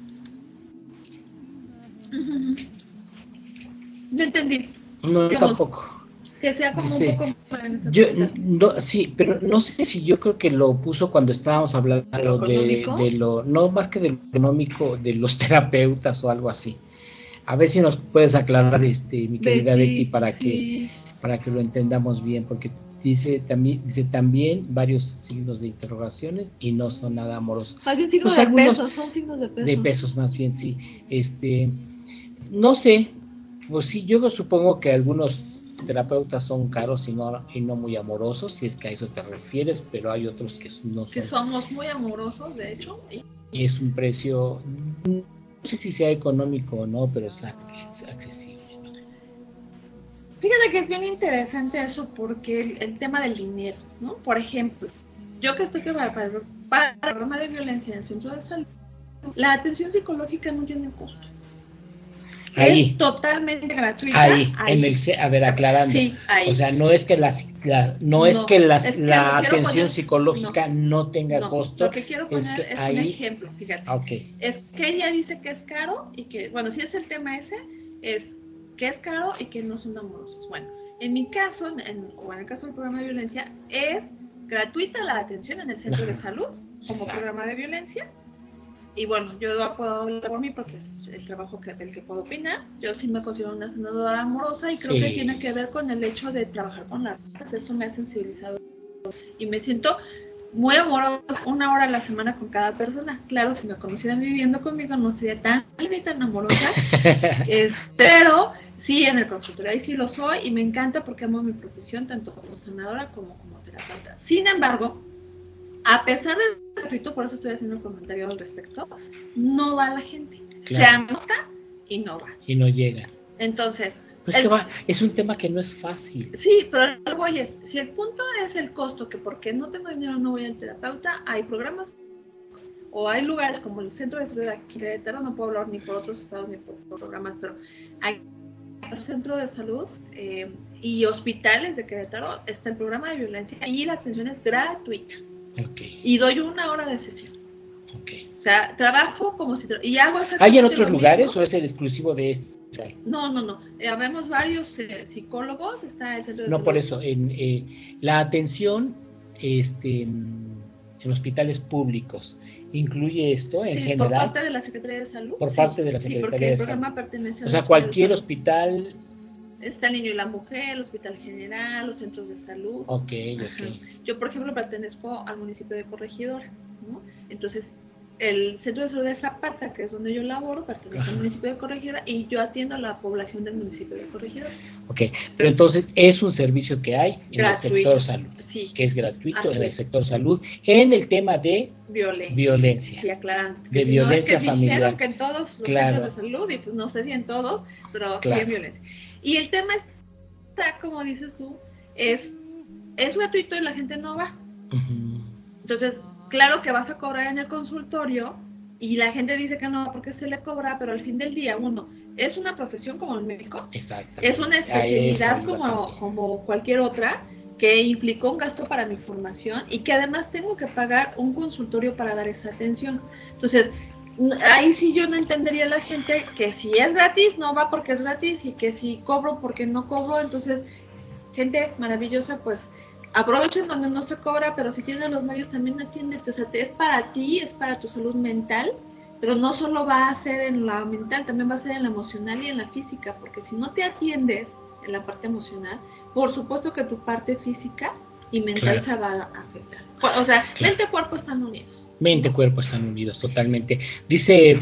No entendí. No, yo tampoco. Que sea como dice, un poco... Yo, no, sí, pero no sé si yo creo que lo puso cuando estábamos hablando de lo, no más que de lo económico, de los terapeutas o algo así. A ver si nos puedes aclarar, mi querida Betty, para que lo entendamos bien, porque dice también varios signos de interrogaciones y no son nada amorosos. Hay un signo de pesos, son signos de pesos. De pesos más bien, sí. No sé, pues sí, yo supongo que algunos terapeutas son caros y no muy amorosos, si es que a eso te refieres, pero hay otros que no son. Que somos muy amorosos, de hecho. Y es un precio sé si sea económico o no, pero es accesible, ¿no? Fíjate que es bien interesante eso porque el tema del dinero, ¿no? Por ejemplo, yo que estoy para el programa de violencia en el centro de salud, la atención psicológica no tiene costo. Ahí. Es totalmente gratuita. Ahí. A ver, aclarando. Sí, ahí. O sea, no es que la atención psicológica no tenga costo. Lo que quiero poner es un ejemplo, fíjate. Okay. Es que ella dice que es caro y que, bueno, si es el tema ese, es que es caro y que no son amorosos. Bueno, en mi caso, o en el caso del programa de violencia, es gratuita la atención en el centro de salud como programa de violencia. Y bueno, yo puedo hablar por mí porque es el trabajo del que puedo opinar. Yo sí me considero una sanadora amorosa y creo que tiene que ver con el hecho de trabajar con las ratas. Eso me ha sensibilizado y me siento muy amorosa 1 hora a la semana con cada persona. Claro, si me conocieran viviendo conmigo no sería tan linda y tan amorosa. Pero sí, en el consultorio ahí sí lo soy y me encanta porque amo mi profesión tanto como sanadora como terapeuta. Sin embargo, a pesar de gratuito, por eso estoy haciendo el comentario al respecto, no va la gente. Claro. Se anota y no va. Y no llega. Entonces... Pues es un tema que no es fácil. Sí, pero luego, oye, si el punto es el costo, que porque no tengo dinero no voy al terapeuta, hay programas o hay lugares como el Centro de Salud de aquí de Querétaro, no puedo hablar ni por otros estados ni por programas, pero hay el Centro de Salud y hospitales de Querétaro, está el programa de violencia y la atención es gratuita. Okay. Y doy 1 hora de sesión. Okay. O sea, trabajo como si... y hago ¿Hay en otros lugares o es el exclusivo de este? No. Habemos varios psicólogos, está el centro de salud. No, por eso, la atención en hospitales públicos, ¿incluye esto en general? Por parte de la Secretaría de Salud. Por parte de la Secretaría porque de el programa Salud. pertenece a o sea, cualquier hospital... Está el Niño y la Mujer, el Hospital General, los centros de salud. Okay. Yo, por ejemplo, pertenezco al municipio de Corregidora, ¿no? Entonces, el Centro de Salud de Zapata, que es donde yo laboro, pertenece al municipio de Corregidora y yo atiendo a la población del municipio de Corregidora. Okay, pero entonces es un servicio que hay en gratuito, el sector salud, sí, que es gratuito en el sector salud, en el tema de violencia. Sí, aclarando. De violencia familiar. Dijeron que en todos los centros de salud, y pues no sé si en todos, pero sí hay violencia. Y el tema está, como dices tú, es gratuito y la gente no va. Entonces, claro que vas a cobrar en el consultorio y la gente dice que no porque se le cobra, pero al fin del día, es una profesión como el médico. Exacto. Es una especialidad como cualquier otra que implicó un gasto para mi formación y que además tengo que pagar un consultorio para dar esa atención. Entonces, ahí sí yo no entendería a la gente que si es gratis no va porque es gratis y que si cobro porque no cobro. Entonces, gente maravillosa, pues aprovechen donde no se cobra, pero si tienen los medios también atiéndete. O sea, es para ti, es para tu salud mental, pero no solo va a ser en la mental, también va a ser en la emocional y en la física, porque si no te atiendes en la parte emocional, por supuesto que tu parte física y mental se va a afectar. O sea, mente y cuerpo están unidos. Mente y cuerpo están unidos totalmente. Dice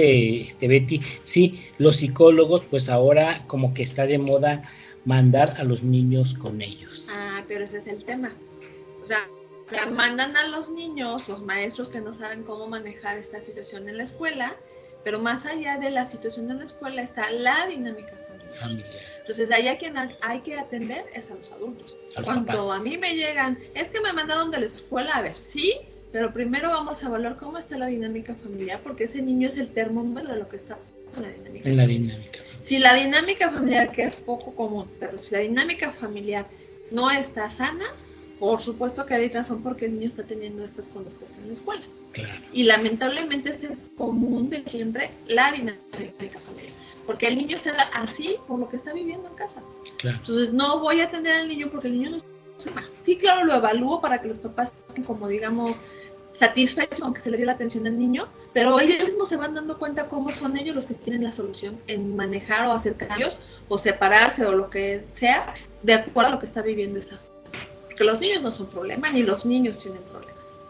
Betty, sí, los psicólogos, pues ahora como que está de moda mandar a los niños con ellos. Ah, pero ese es el tema. O sea, mandan a los niños, los maestros que no saben cómo manejar esta situación en la escuela, pero más allá de la situación en la escuela está la dinámica familiar. Entonces, ahí a quien hay que atender es a los adultos. Cuando a mí me llegan, es que me mandaron de la escuela, a ver, sí, pero primero vamos a evaluar cómo está la dinámica familiar, porque ese niño es el termómetro de lo que está en la dinámica. Si la dinámica familiar, que es poco común, pero si la dinámica familiar no está sana, por supuesto que hay razón porque el niño está teniendo estas conductas en la escuela. Claro. Y lamentablemente es el común de siempre la dinámica familiar. Porque el niño está así por lo que está viviendo en casa. Claro. Entonces no voy a atender al niño porque el niño no se va. Sí, claro, lo evalúo para que los papás estén como digamos satisfechos aunque se le dé la atención al niño, pero ellos mismos se van dando cuenta cómo son ellos los que tienen la solución en manejar o hacer cambios o separarse o lo que sea de acuerdo a lo que está viviendo esa. Porque los niños no son problema ni los niños tienen problemas.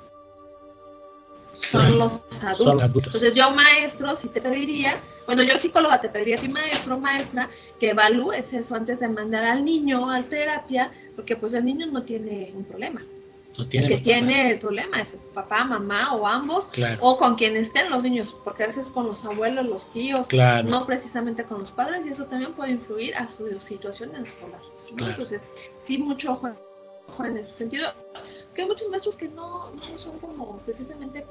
Son los adultos. Entonces yo maestro, si te pediría, yo psicóloga te pediría a ti maestro, maestra, que evalúes eso antes de mandar al niño a terapia, porque pues el niño no tiene un problema. El que tiene el problema es el papá, mamá o ambos, o con quien estén los niños, porque a veces con los abuelos, los tíos, no precisamente con los padres, y eso también puede influir a su situación en escolar, ¿no? Entonces, sí, mucho ojo en ese sentido, que hay muchos maestros que no son como precisamente,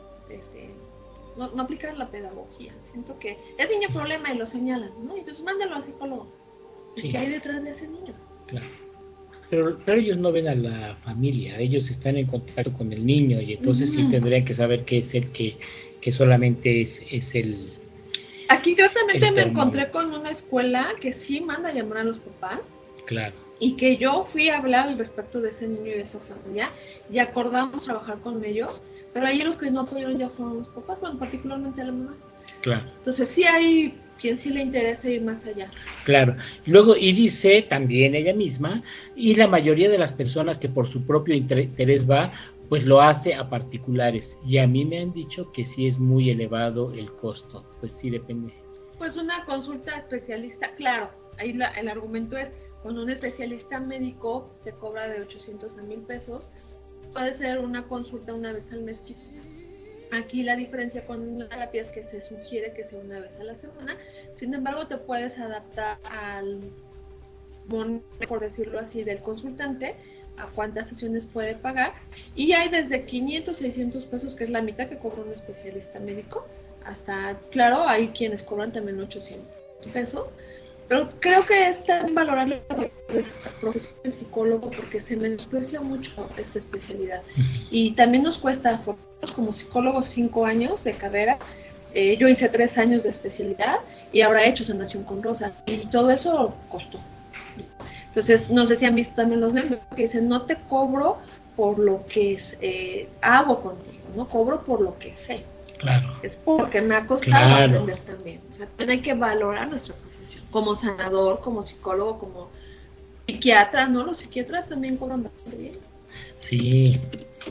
no aplican la pedagogía. Siento que es niño problema y lo señalan, ¿no? Entonces, mándalo al psicólogo. ¿Qué hay detrás de ese niño? Claro. Pero ellos no ven a la familia, ellos están en contacto con el niño y entonces sí tendrían que saber qué es el que solamente es el... Aquí gratamente me encontré con una escuela que sí manda a llamar a los papás. Claro. Y que yo fui a hablar al respecto de ese niño y de esa familia y acordamos trabajar con ellos, pero ahí los que no apoyaron ya fueron los papás, bueno, particularmente a la mamá. Claro. Entonces sí hay quien sí le interesa ir más allá. Claro. Luego, y dice también ella misma, y la mayoría de las personas que por su propio interés va, pues lo hace a particulares. Y a mí me han dicho que sí es muy elevado el costo. Pues sí, depende. Pues una consulta especialista, claro, ahí el argumento es, con un especialista médico te cobra de 800 a 1000 pesos, puede ser una consulta una vez al mes. Aquí la diferencia con la terapia es que se sugiere que sea una vez a la semana, sin embargo te puedes adaptar al bono, por decirlo así, del consultante, a cuántas sesiones puede pagar, y hay desde 500, 600 pesos, que es la mitad que cobra un especialista médico, hasta, claro, hay quienes cobran también 800 pesos, pero creo que es tan valorable la profesión del psicólogo porque se menosprecia mucho esta especialidad. Y también nos cuesta, como psicólogos, 5 años de carrera. Yo hice 3 años de especialidad y ahora he hecho sanación con Rosa. Y todo eso costó. Entonces, no sé si han visto también los memes que dicen, no te cobro por lo que hago contigo, no cobro por lo que sé. Claro. Es porque me ha costado aprender también. O sea, también hay que valorar nuestra profesión. Como sanador, como psicólogo, como psiquiatra, ¿no? Los psiquiatras también cobran bastante bien. Sí.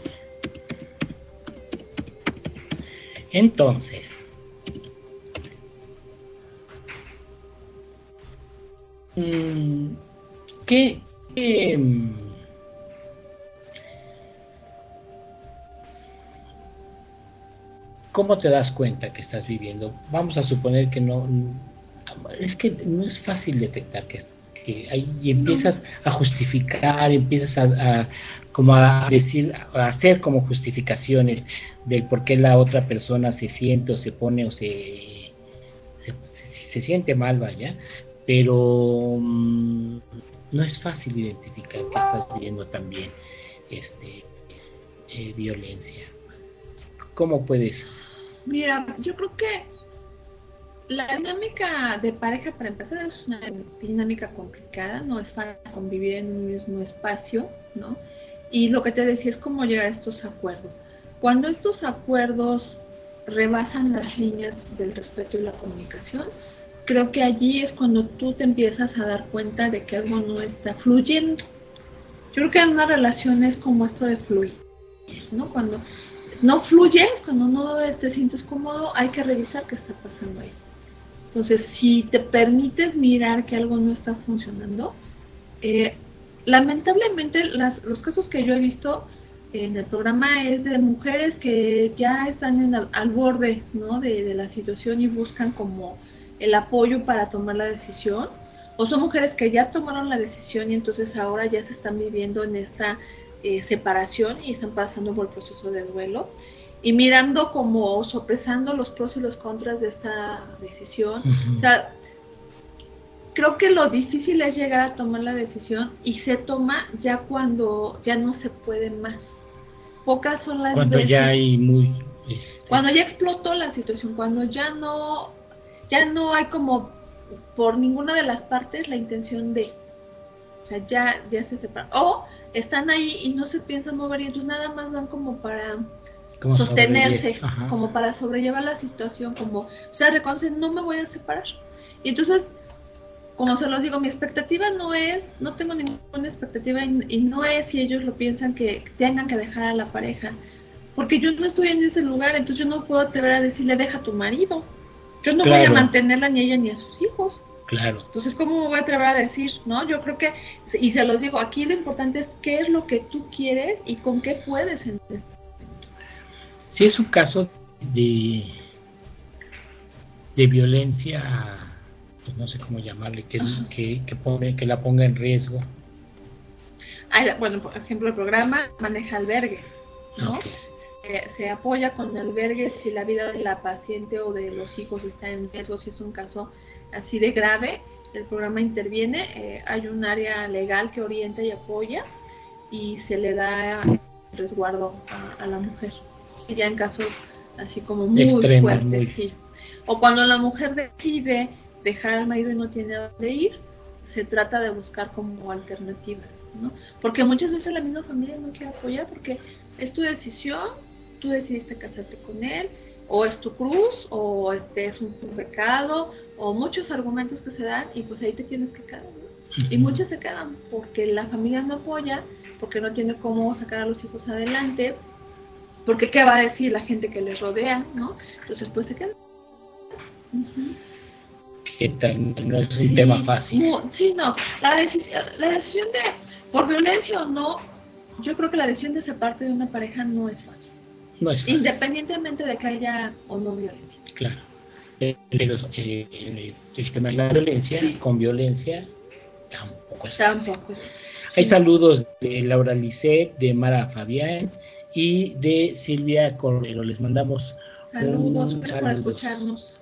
Entonces, ¿cómo te das cuenta que estás viviendo? Vamos a suponer que no, es que no es fácil detectar que ahí empiezas a justificar, empiezas como a decir, a hacer como justificaciones del por qué la otra persona se siente o se pone o se siente mal, vaya, pero no es fácil identificar que estás viviendo también violencia. ¿Cómo puedes? Mira, yo creo que la dinámica de pareja, para empezar, es una dinámica complicada, no es fácil convivir en un mismo espacio, ¿no? Y lo que te decía es cómo llegar a estos acuerdos. Cuando estos acuerdos rebasan las líneas del respeto y la comunicación, creo que allí es cuando tú te empiezas a dar cuenta de que algo no está fluyendo. Yo creo que en una relación es como esto de fluir, ¿no? Cuando no fluyes, cuando no te sientes cómodo, hay que revisar qué está pasando ahí. Entonces, si te permites mirar que algo no está funcionando, lamentablemente los casos que yo he visto en el programa es de mujeres que ya están al borde, ¿no? de la situación y buscan como el apoyo para tomar la decisión, o son mujeres que ya tomaron la decisión y entonces ahora ya se están viviendo en esta separación y están pasando por el proceso de duelo y mirando como sopesando los pros y los contras de esta decisión. Uh-huh. O sea, creo que lo difícil es llegar a tomar la decisión y se toma ya cuando ya no se puede más. Pocas son las cuando veces, ya hay muy cuando ya explotó la situación, cuando ya no hay como por ninguna de las partes la intención de, o sea, ya se separan o están ahí y no se piensan mover y entonces nada más van como para sostenerse, como para sobrellevar la situación, como, o sea, reconocen, no me voy a separar. Y entonces, como se los digo, mi expectativa no tengo ninguna expectativa y no es si ellos lo piensan que tengan que dejar a la pareja, porque yo no estoy en ese lugar, entonces yo no puedo atrever a decirle, deja a tu marido. Yo no voy a mantenerla ni a ella ni a sus hijos. Claro. Entonces, ¿cómo me voy a atrever a decir, no? Yo creo que, y se los digo, aquí lo importante es qué es lo que tú quieres y con qué puedes en este momento. Si es un caso de violencia, pues no sé cómo llamarle, que la ponga en riesgo. Bueno, por ejemplo, el programa maneja albergues, ¿no? Okay. Se apoya con albergues si la vida de la paciente o de los hijos está en riesgo, si es un caso así de grave, el programa interviene, hay un área legal que orienta y apoya y se le da resguardo a la mujer. Sí, ya en casos así como muy extremos, fuertes, sí. O cuando la mujer decide dejar al marido y no tiene a dónde ir, se trata de buscar como alternativas, ¿no? Porque muchas veces la misma familia no quiere apoyar porque es tu decisión, tú decidiste casarte con él, o es tu cruz, o es un pecado, o muchos argumentos que se dan y pues ahí te tienes que quedar, ¿no? Y muchas se quedan porque la familia no apoya, porque no tiene cómo sacar a los hijos adelante, porque qué va a decir la gente que les rodea, ¿no? Entonces pues se quedan. Que no es un tema fácil. Sí, no, la decisión de, por violencia o no, yo creo que la decisión de separarte de una pareja no es fácil. No es fácil. Independientemente de que haya o no violencia. Claro. Pero el tema de la violencia, sí, con violencia, tampoco es fácil. Hay saludos de Laura Lisset, de Mara Fabián y de Silvia Cordero. Les mandamos saludos por escucharnos.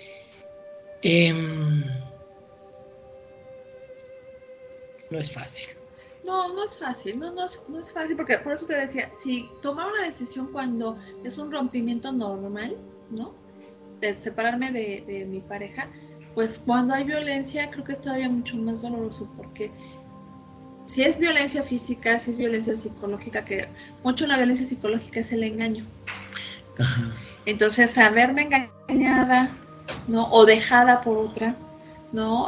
No es fácil. No es fácil, no es fácil, porque por eso te decía, si tomar una decisión cuando es un rompimiento normal, ¿no? De separarme de mi pareja, pues cuando hay violencia creo que es todavía mucho más doloroso, porque si es violencia física, si es violencia psicológica, que mucho la violencia psicológica es el engaño. Ajá. Entonces, saberme engañada, ¿no? O dejada por otra, ¿no?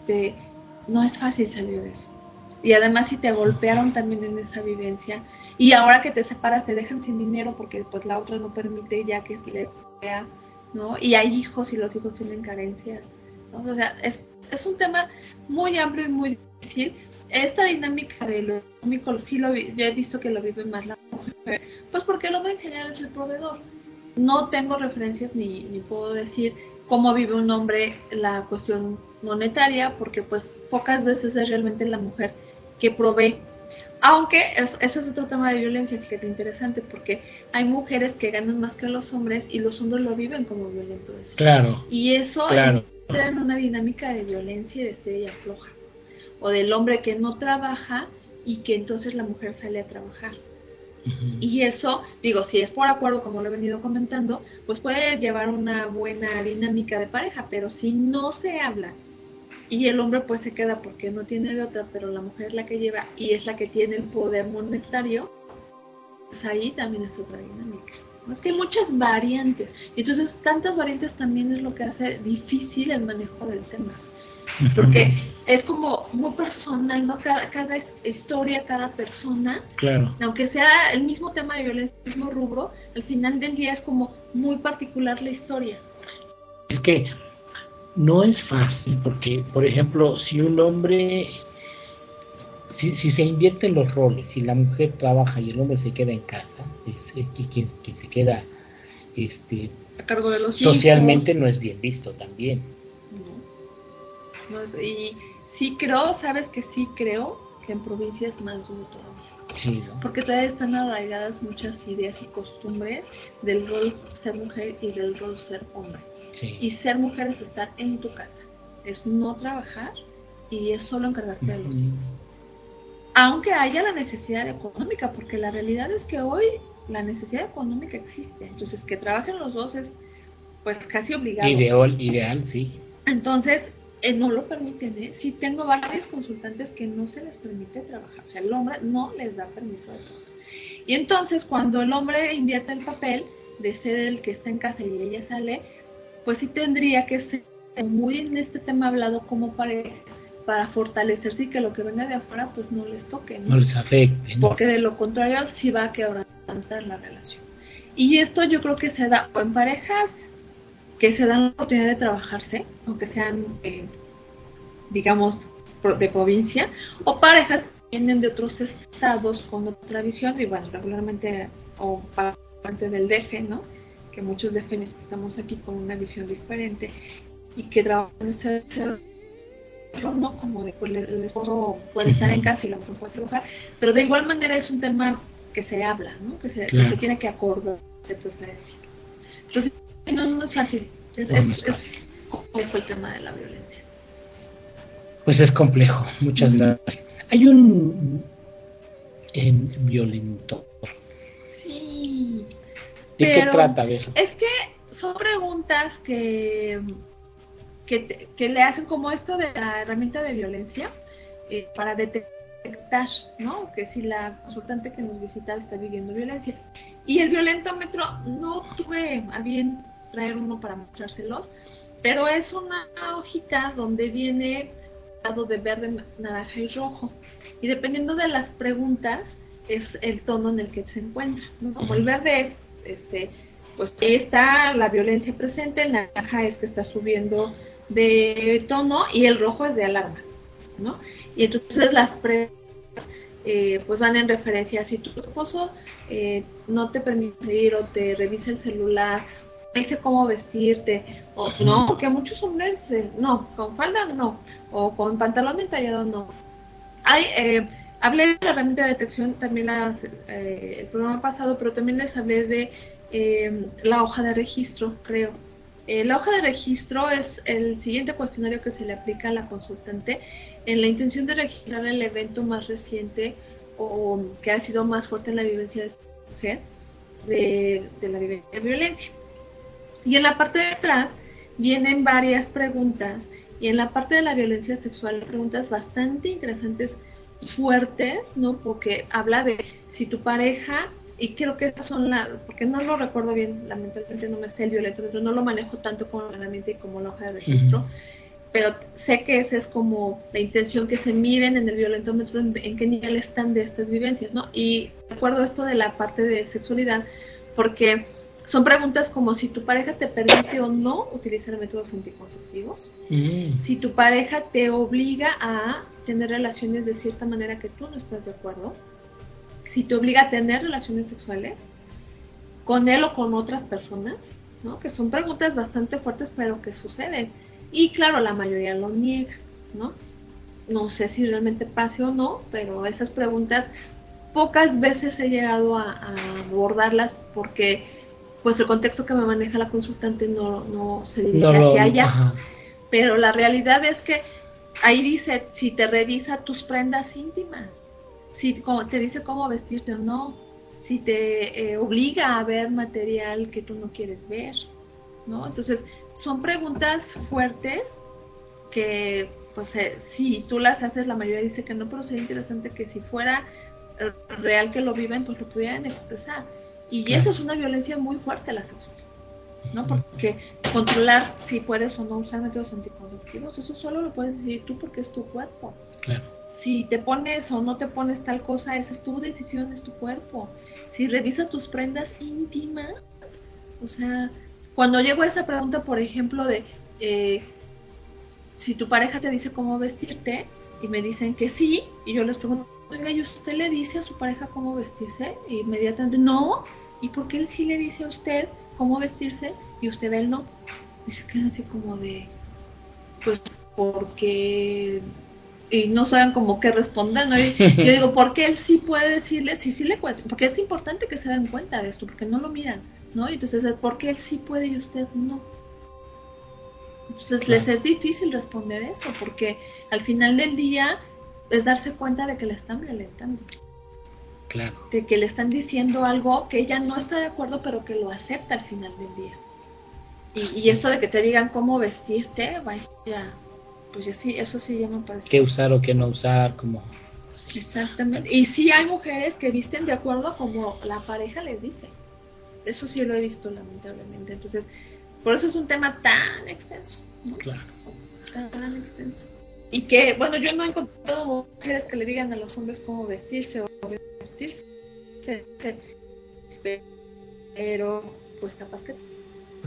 No es fácil salir de eso. Y además si te golpearon también en esa vivencia y ahora que te separas te dejan sin dinero porque pues la otra no permite ya que le vea, ¿no? Y hay hijos y los hijos tienen carencias, ¿no? O sea, es un tema muy amplio y muy difícil. Esta dinámica de lo económico sí yo he visto que lo vive más la mujer, pues porque el hombre en general es el proveedor. No tengo referencias ni puedo decir cómo vive un hombre la cuestión monetaria, porque pues pocas veces es realmente la mujer que provee. Aunque ese es otro tema de violencia, fíjate, interesante, porque hay mujeres que ganan más que los hombres y los hombres lo viven como violento eso. Claro. Y eso claro. entra en una dinámica de violencia y de estrella floja. O del hombre que no trabaja y que entonces la mujer sale a trabajar. Uh-huh. Y eso, digo, si es por acuerdo, como lo he venido comentando, pues puede llevar una buena dinámica de pareja, pero si no se habla y el hombre pues se queda porque no tiene de otra, pero la mujer es la que lleva y es la que tiene el poder monetario, pues ahí también es otra dinámica. Es que hay muchas variantes, y entonces tantas variantes también es lo que hace difícil el manejo del tema. Porque es como muy personal, ¿no? Cada historia, cada persona, claro, aunque sea el mismo tema de violencia, el mismo rubro, al final del día es como muy particular la historia. Es que no es fácil, porque, por ejemplo, si un hombre, si se invierten los roles, si la mujer trabaja y el hombre se queda en casa, quien se queda a cargo de los socialmente hijos, no es bien visto también. Y sí creo, sabes que sí creo que en provincia es más duro todavía. Sí, ¿no? Porque todavía están arraigadas muchas ideas y costumbres del rol ser mujer y del rol ser hombre. Sí. Y ser mujer es estar en tu casa, es no trabajar y es solo encargarte de los hijos. Aunque haya la necesidad económica, porque la realidad es que hoy la necesidad económica existe. Entonces que trabajen los dos es pues casi obligado. Ideal, sí. Entonces no lo permiten, ¿eh? Sí tengo varios consultantes que no se les permite trabajar, o sea, el hombre no les da permiso de trabajar. Y entonces cuando el hombre invierte el papel de ser el que está en casa y ella sale, pues sí tendría que ser muy en este tema hablado como pareja para fortalecerse y que lo que venga de afuera pues no les toque, no les afecte, ¿no? Porque de lo contrario sí va a quebrantar la relación. Y esto yo creo que se da o en parejas que se dan la oportunidad de trabajarse, aunque sean digamos, de provincia, o parejas que vienen de otros estados con otra visión, y bueno, regularmente, o parte del DF, ¿no? Que muchos DFs estamos aquí con una visión diferente, y que trabajan en ese ¿no? Como de pues, el esposo puede estar en casa y la mujer puede trabajar, pero de igual manera es un tema que se habla, ¿no? Que se tiene que acordar de preferencia. Entonces, no es fácil. Es complejo el tema de la violencia. Pues es complejo. Muchas gracias. Hay un violentor. Sí. ¿De qué trata eso? Es que son preguntas que le hacen como esto de la herramienta de violencia para detectar, ¿no? Que si la consultante que nos visita está viviendo violencia. Y el violentómetro no tuve a bien traer uno para mostrárselos, pero es una hojita donde viene dado de verde, naranja y rojo. Y dependiendo de las preguntas es el tono en el que se encuentra, ¿no? Como el verde es pues ahí está la violencia presente, el naranja es que está subiendo de tono y el rojo es de alarma, ¿no? Y entonces las preguntas pues van en referencia a si tu esposo no te permite ir o te revisa el celular, dice cómo vestirte, o no, porque muchos hombres no, con falda no, o con pantalón entallado no. Hablé de la herramienta de detección también el programa pasado, pero también les hablé de la hoja de registro, creo. La hoja de registro es el siguiente cuestionario que se le aplica a la consultante en la intención de registrar el evento más reciente o que ha sido más fuerte en la vivencia de esta mujer de la vivencia de violencia. Y en la parte de atrás vienen varias preguntas, y en la parte de la violencia sexual preguntas bastante interesantes, fuertes, ¿no? Porque habla de si tu pareja, y creo que estas son porque no lo recuerdo bien, lamentablemente no me sé el violentómetro, no lo manejo tanto como la herramienta y como la hoja de registro, pero sé que esa es como la intención, que se miren en el violentómetro en qué nivel están de estas vivencias, ¿no? Y recuerdo esto de la parte de sexualidad, porque son preguntas como si tu pareja te permite o no utilizar métodos anticonceptivos, si tu pareja te obliga a tener relaciones de cierta manera que tú no estás de acuerdo, si te obliga a tener relaciones sexuales con él o con otras personas, ¿no? Que son preguntas bastante fuertes, pero que suceden. Y claro, la mayoría lo niega, ¿no? No sé si realmente pase o no, pero esas preguntas pocas veces he llegado a abordarlas porque pues el contexto que me maneja la consultante no se dirige hacia allá. Ajá. Pero la realidad es que ahí dice, si te revisa tus prendas íntimas, si te dice cómo vestirte o no, si te obliga a ver material que tú no quieres ver, ¿no? Entonces, son preguntas fuertes que, pues, si tú las haces, la mayoría dice que no, pero sería interesante que si fuera real que lo viven, pues lo pudieran expresar. Y claro, esa es una violencia muy fuerte, la sexual, ¿no? Porque controlar si puedes o no usar métodos anticonceptivos, eso solo lo puedes decidir tú porque es tu cuerpo. Claro. Si te pones o no te pones tal cosa, esa es tu decisión, es tu cuerpo. Si revisa tus prendas íntimas, o sea, cuando llego a esa pregunta, por ejemplo, de si tu pareja te dice cómo vestirte y me dicen que sí, y yo les pregunto, oiga, ¿y usted le dice a su pareja cómo vestirse? Y inmediatamente, no. ¿Y por qué él sí le dice a usted cómo vestirse y usted a él no? Y se quedan así como de, pues, porque... Y no saben como qué responder, ¿no? Y yo digo, ¿por qué él sí puede decirle? Sí le puede, porque es importante que se den cuenta de esto, porque no lo miran, ¿no? Y entonces, ¿por qué él sí puede y usted no? Entonces, claro, les es difícil responder eso, porque al final del día es darse cuenta de que la están violentando. Claro. De que le están diciendo algo que ella no está de acuerdo, pero que lo acepta al final del día. Y esto de que te digan cómo vestirte, vaya, pues ya sí, eso sí ya me parece. ¿Qué usar o qué no usar? Como... Sí. Exactamente. Y sí hay mujeres que visten de acuerdo a como la pareja les dice. Eso sí lo he visto, lamentablemente. Entonces, por eso es un tema tan extenso, ¿no? Claro. Tan extenso. Y que, bueno, yo no he encontrado mujeres que le digan a los hombres cómo vestirse o vestirse. Pero, pues capaz que... Pues sí.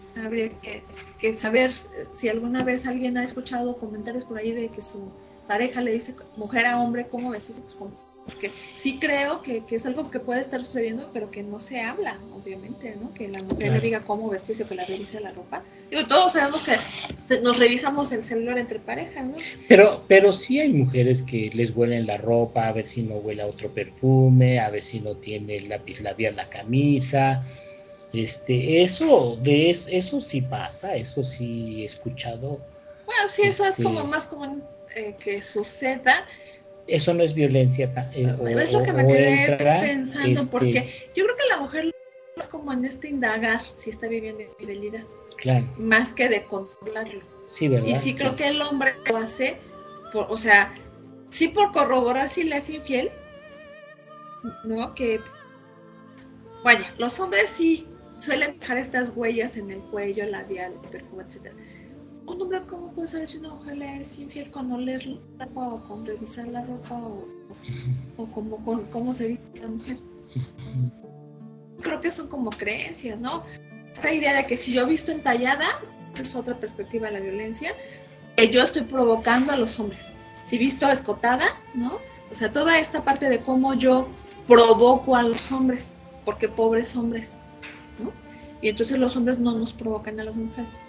Habría que saber si alguna vez alguien ha escuchado comentarios por ahí de que su pareja le dice mujer a hombre cómo vestirse, pues porque sí creo que es algo que puede estar sucediendo, pero que no se habla, obviamente, ¿no? Que la mujer le diga cómo vestirse, que la revise la ropa. Digo, todos sabemos que nos revisamos el celular entre parejas, ¿no? Pero sí hay mujeres que les huelen la ropa, a ver si no huele a otro perfume, a ver si no tiene el lápiz labial la camisa. Eso sí pasa, eso sí he escuchado. Bueno, sí, eso es como más común que suceda. Eso no es violencia. Es lo que me quedé pensando, porque yo creo que la mujer es como en indagar si está viviendo infidelidad. Claro. Más que de controlarlo. Sí, ¿verdad? Y sí creo que el hombre lo hace, sí por corroborar si le es infiel, ¿no? Que, vaya, los hombres sí suelen dejar estas huellas en el cuello, labial, perfume, etcétera. Un hombre, ¿cómo puede saber si una mujer le es infiel con oler la ropa o con revisar la ropa o cómo se viste la mujer? Creo que son como creencias, ¿no? Esta idea de que si yo he visto entallada, esa es otra perspectiva de la violencia, que yo estoy provocando a los hombres. Si visto escotada, ¿no? O sea, toda esta parte de cómo yo provoco a los hombres, porque pobres hombres, ¿no? Y entonces los hombres no nos provocan a las mujeres.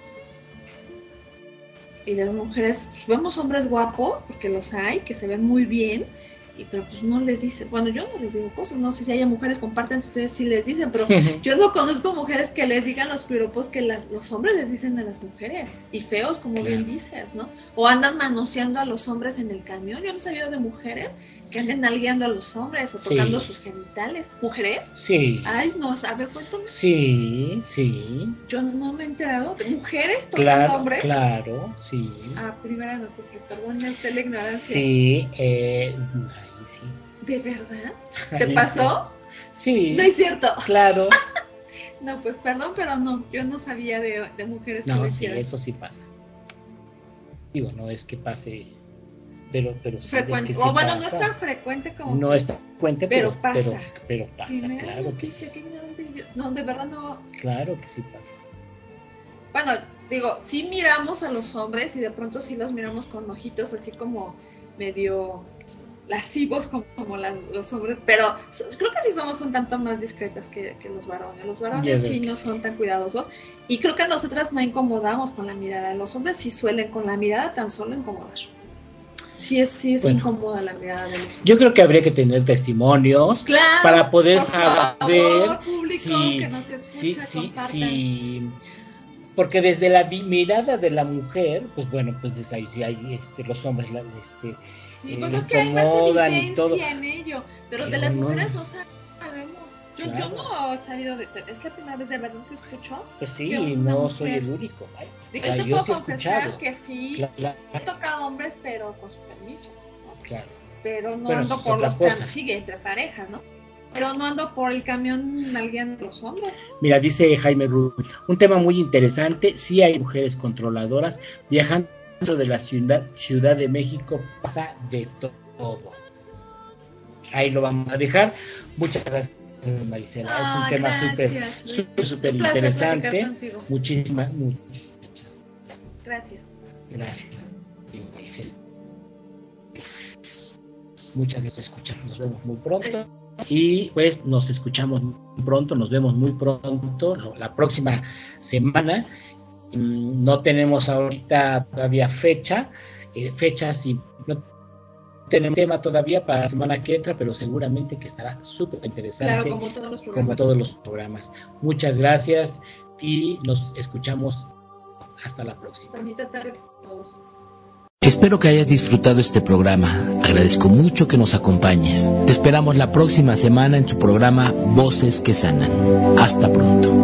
Y las mujeres, pues vemos hombres guapos, porque los hay, que se ven muy bien, pero pues no les dicen, bueno, yo no les digo cosas, no sé si haya mujeres comparten, si ustedes sí les dicen, pero yo no conozco mujeres que les digan los piropos que los hombres les dicen a las mujeres, y feos, como bien dices, ¿no? O andan manoseando a los hombres en el camión. Yo no he sabido de mujeres que anden nalgueando a los hombres o tocando sus genitales. ¿Mujeres? Sí. Ay, no, a ver, cuéntame. Sí. Yo no me he enterado de mujeres tocando hombres. Claro, sí. Primera noticia, perdóneme usted la ignorancia. Sí, sí. ¿De verdad? ¿Te pasó? Sí. No es cierto. Claro. No, pues perdón, pero no, yo no sabía de mujeres que lo hicieran. Sí, eso sí pasa. Digo, no es que pase, pero sí frecuente. Que sí bueno, pasa. No es tan frecuente como. No es tan frecuente, pero pasa. Pero pasa, Primera claro noticia, que sí. No, de verdad no. Claro que sí pasa. Bueno, digo, sí miramos a los hombres y de pronto sí los miramos con ojitos así como medio lascivos como los hombres, pero creo que sí somos un tanto más discretas que los varones. Los varones sí no son tan cuidadosos y creo que nosotras no incomodamos con la mirada. Los hombres sí suelen con la mirada tan solo incomodar. Sí es incómoda la mirada de los hombres. Yo creo que habría que tener testimonios para poder saber público que nos escucha, sí. Porque desde la mirada de la mujer, pues bueno, pues ahí sí hay los hombres sí, pues es que hay más evidencia en ello, pero de las mujeres no sabemos. Yo no he sabido, es la primera vez de verdad que escucho. Pues sí, no soy el único. Digo, yo te puedo confesar que sí, he tocado hombres, pero con su permiso, ¿no? Claro. Pero no ando por los caminos, sigue entre parejas, ¿no? Pero no ando por el camión nalgueando a los hombres. Mira, dice Jaime Rubio, un tema muy interesante, sí hay mujeres controladoras, viajando dentro de la Ciudad de México pasa de todo. Ahí lo vamos a dejar. Muchas gracias, Marisela. Es un tema súper interesante. Muchísimas. Gracias. Gracias, Marisela. Muchas gracias por escuchar. Nos vemos muy pronto. Y pues nos escuchamos muy pronto, nos vemos muy pronto, la próxima semana. No tenemos ahorita todavía fechas y no tenemos tema todavía para la semana que entra, pero seguramente que estará súper interesante, claro, como todos los programas. Muchas gracias y nos escuchamos hasta la próxima. Bonita tarde a todos. Espero que hayas disfrutado este programa. Agradezco mucho que nos acompañes. Te esperamos la próxima semana en su programa Voces que Sanan. Hasta pronto.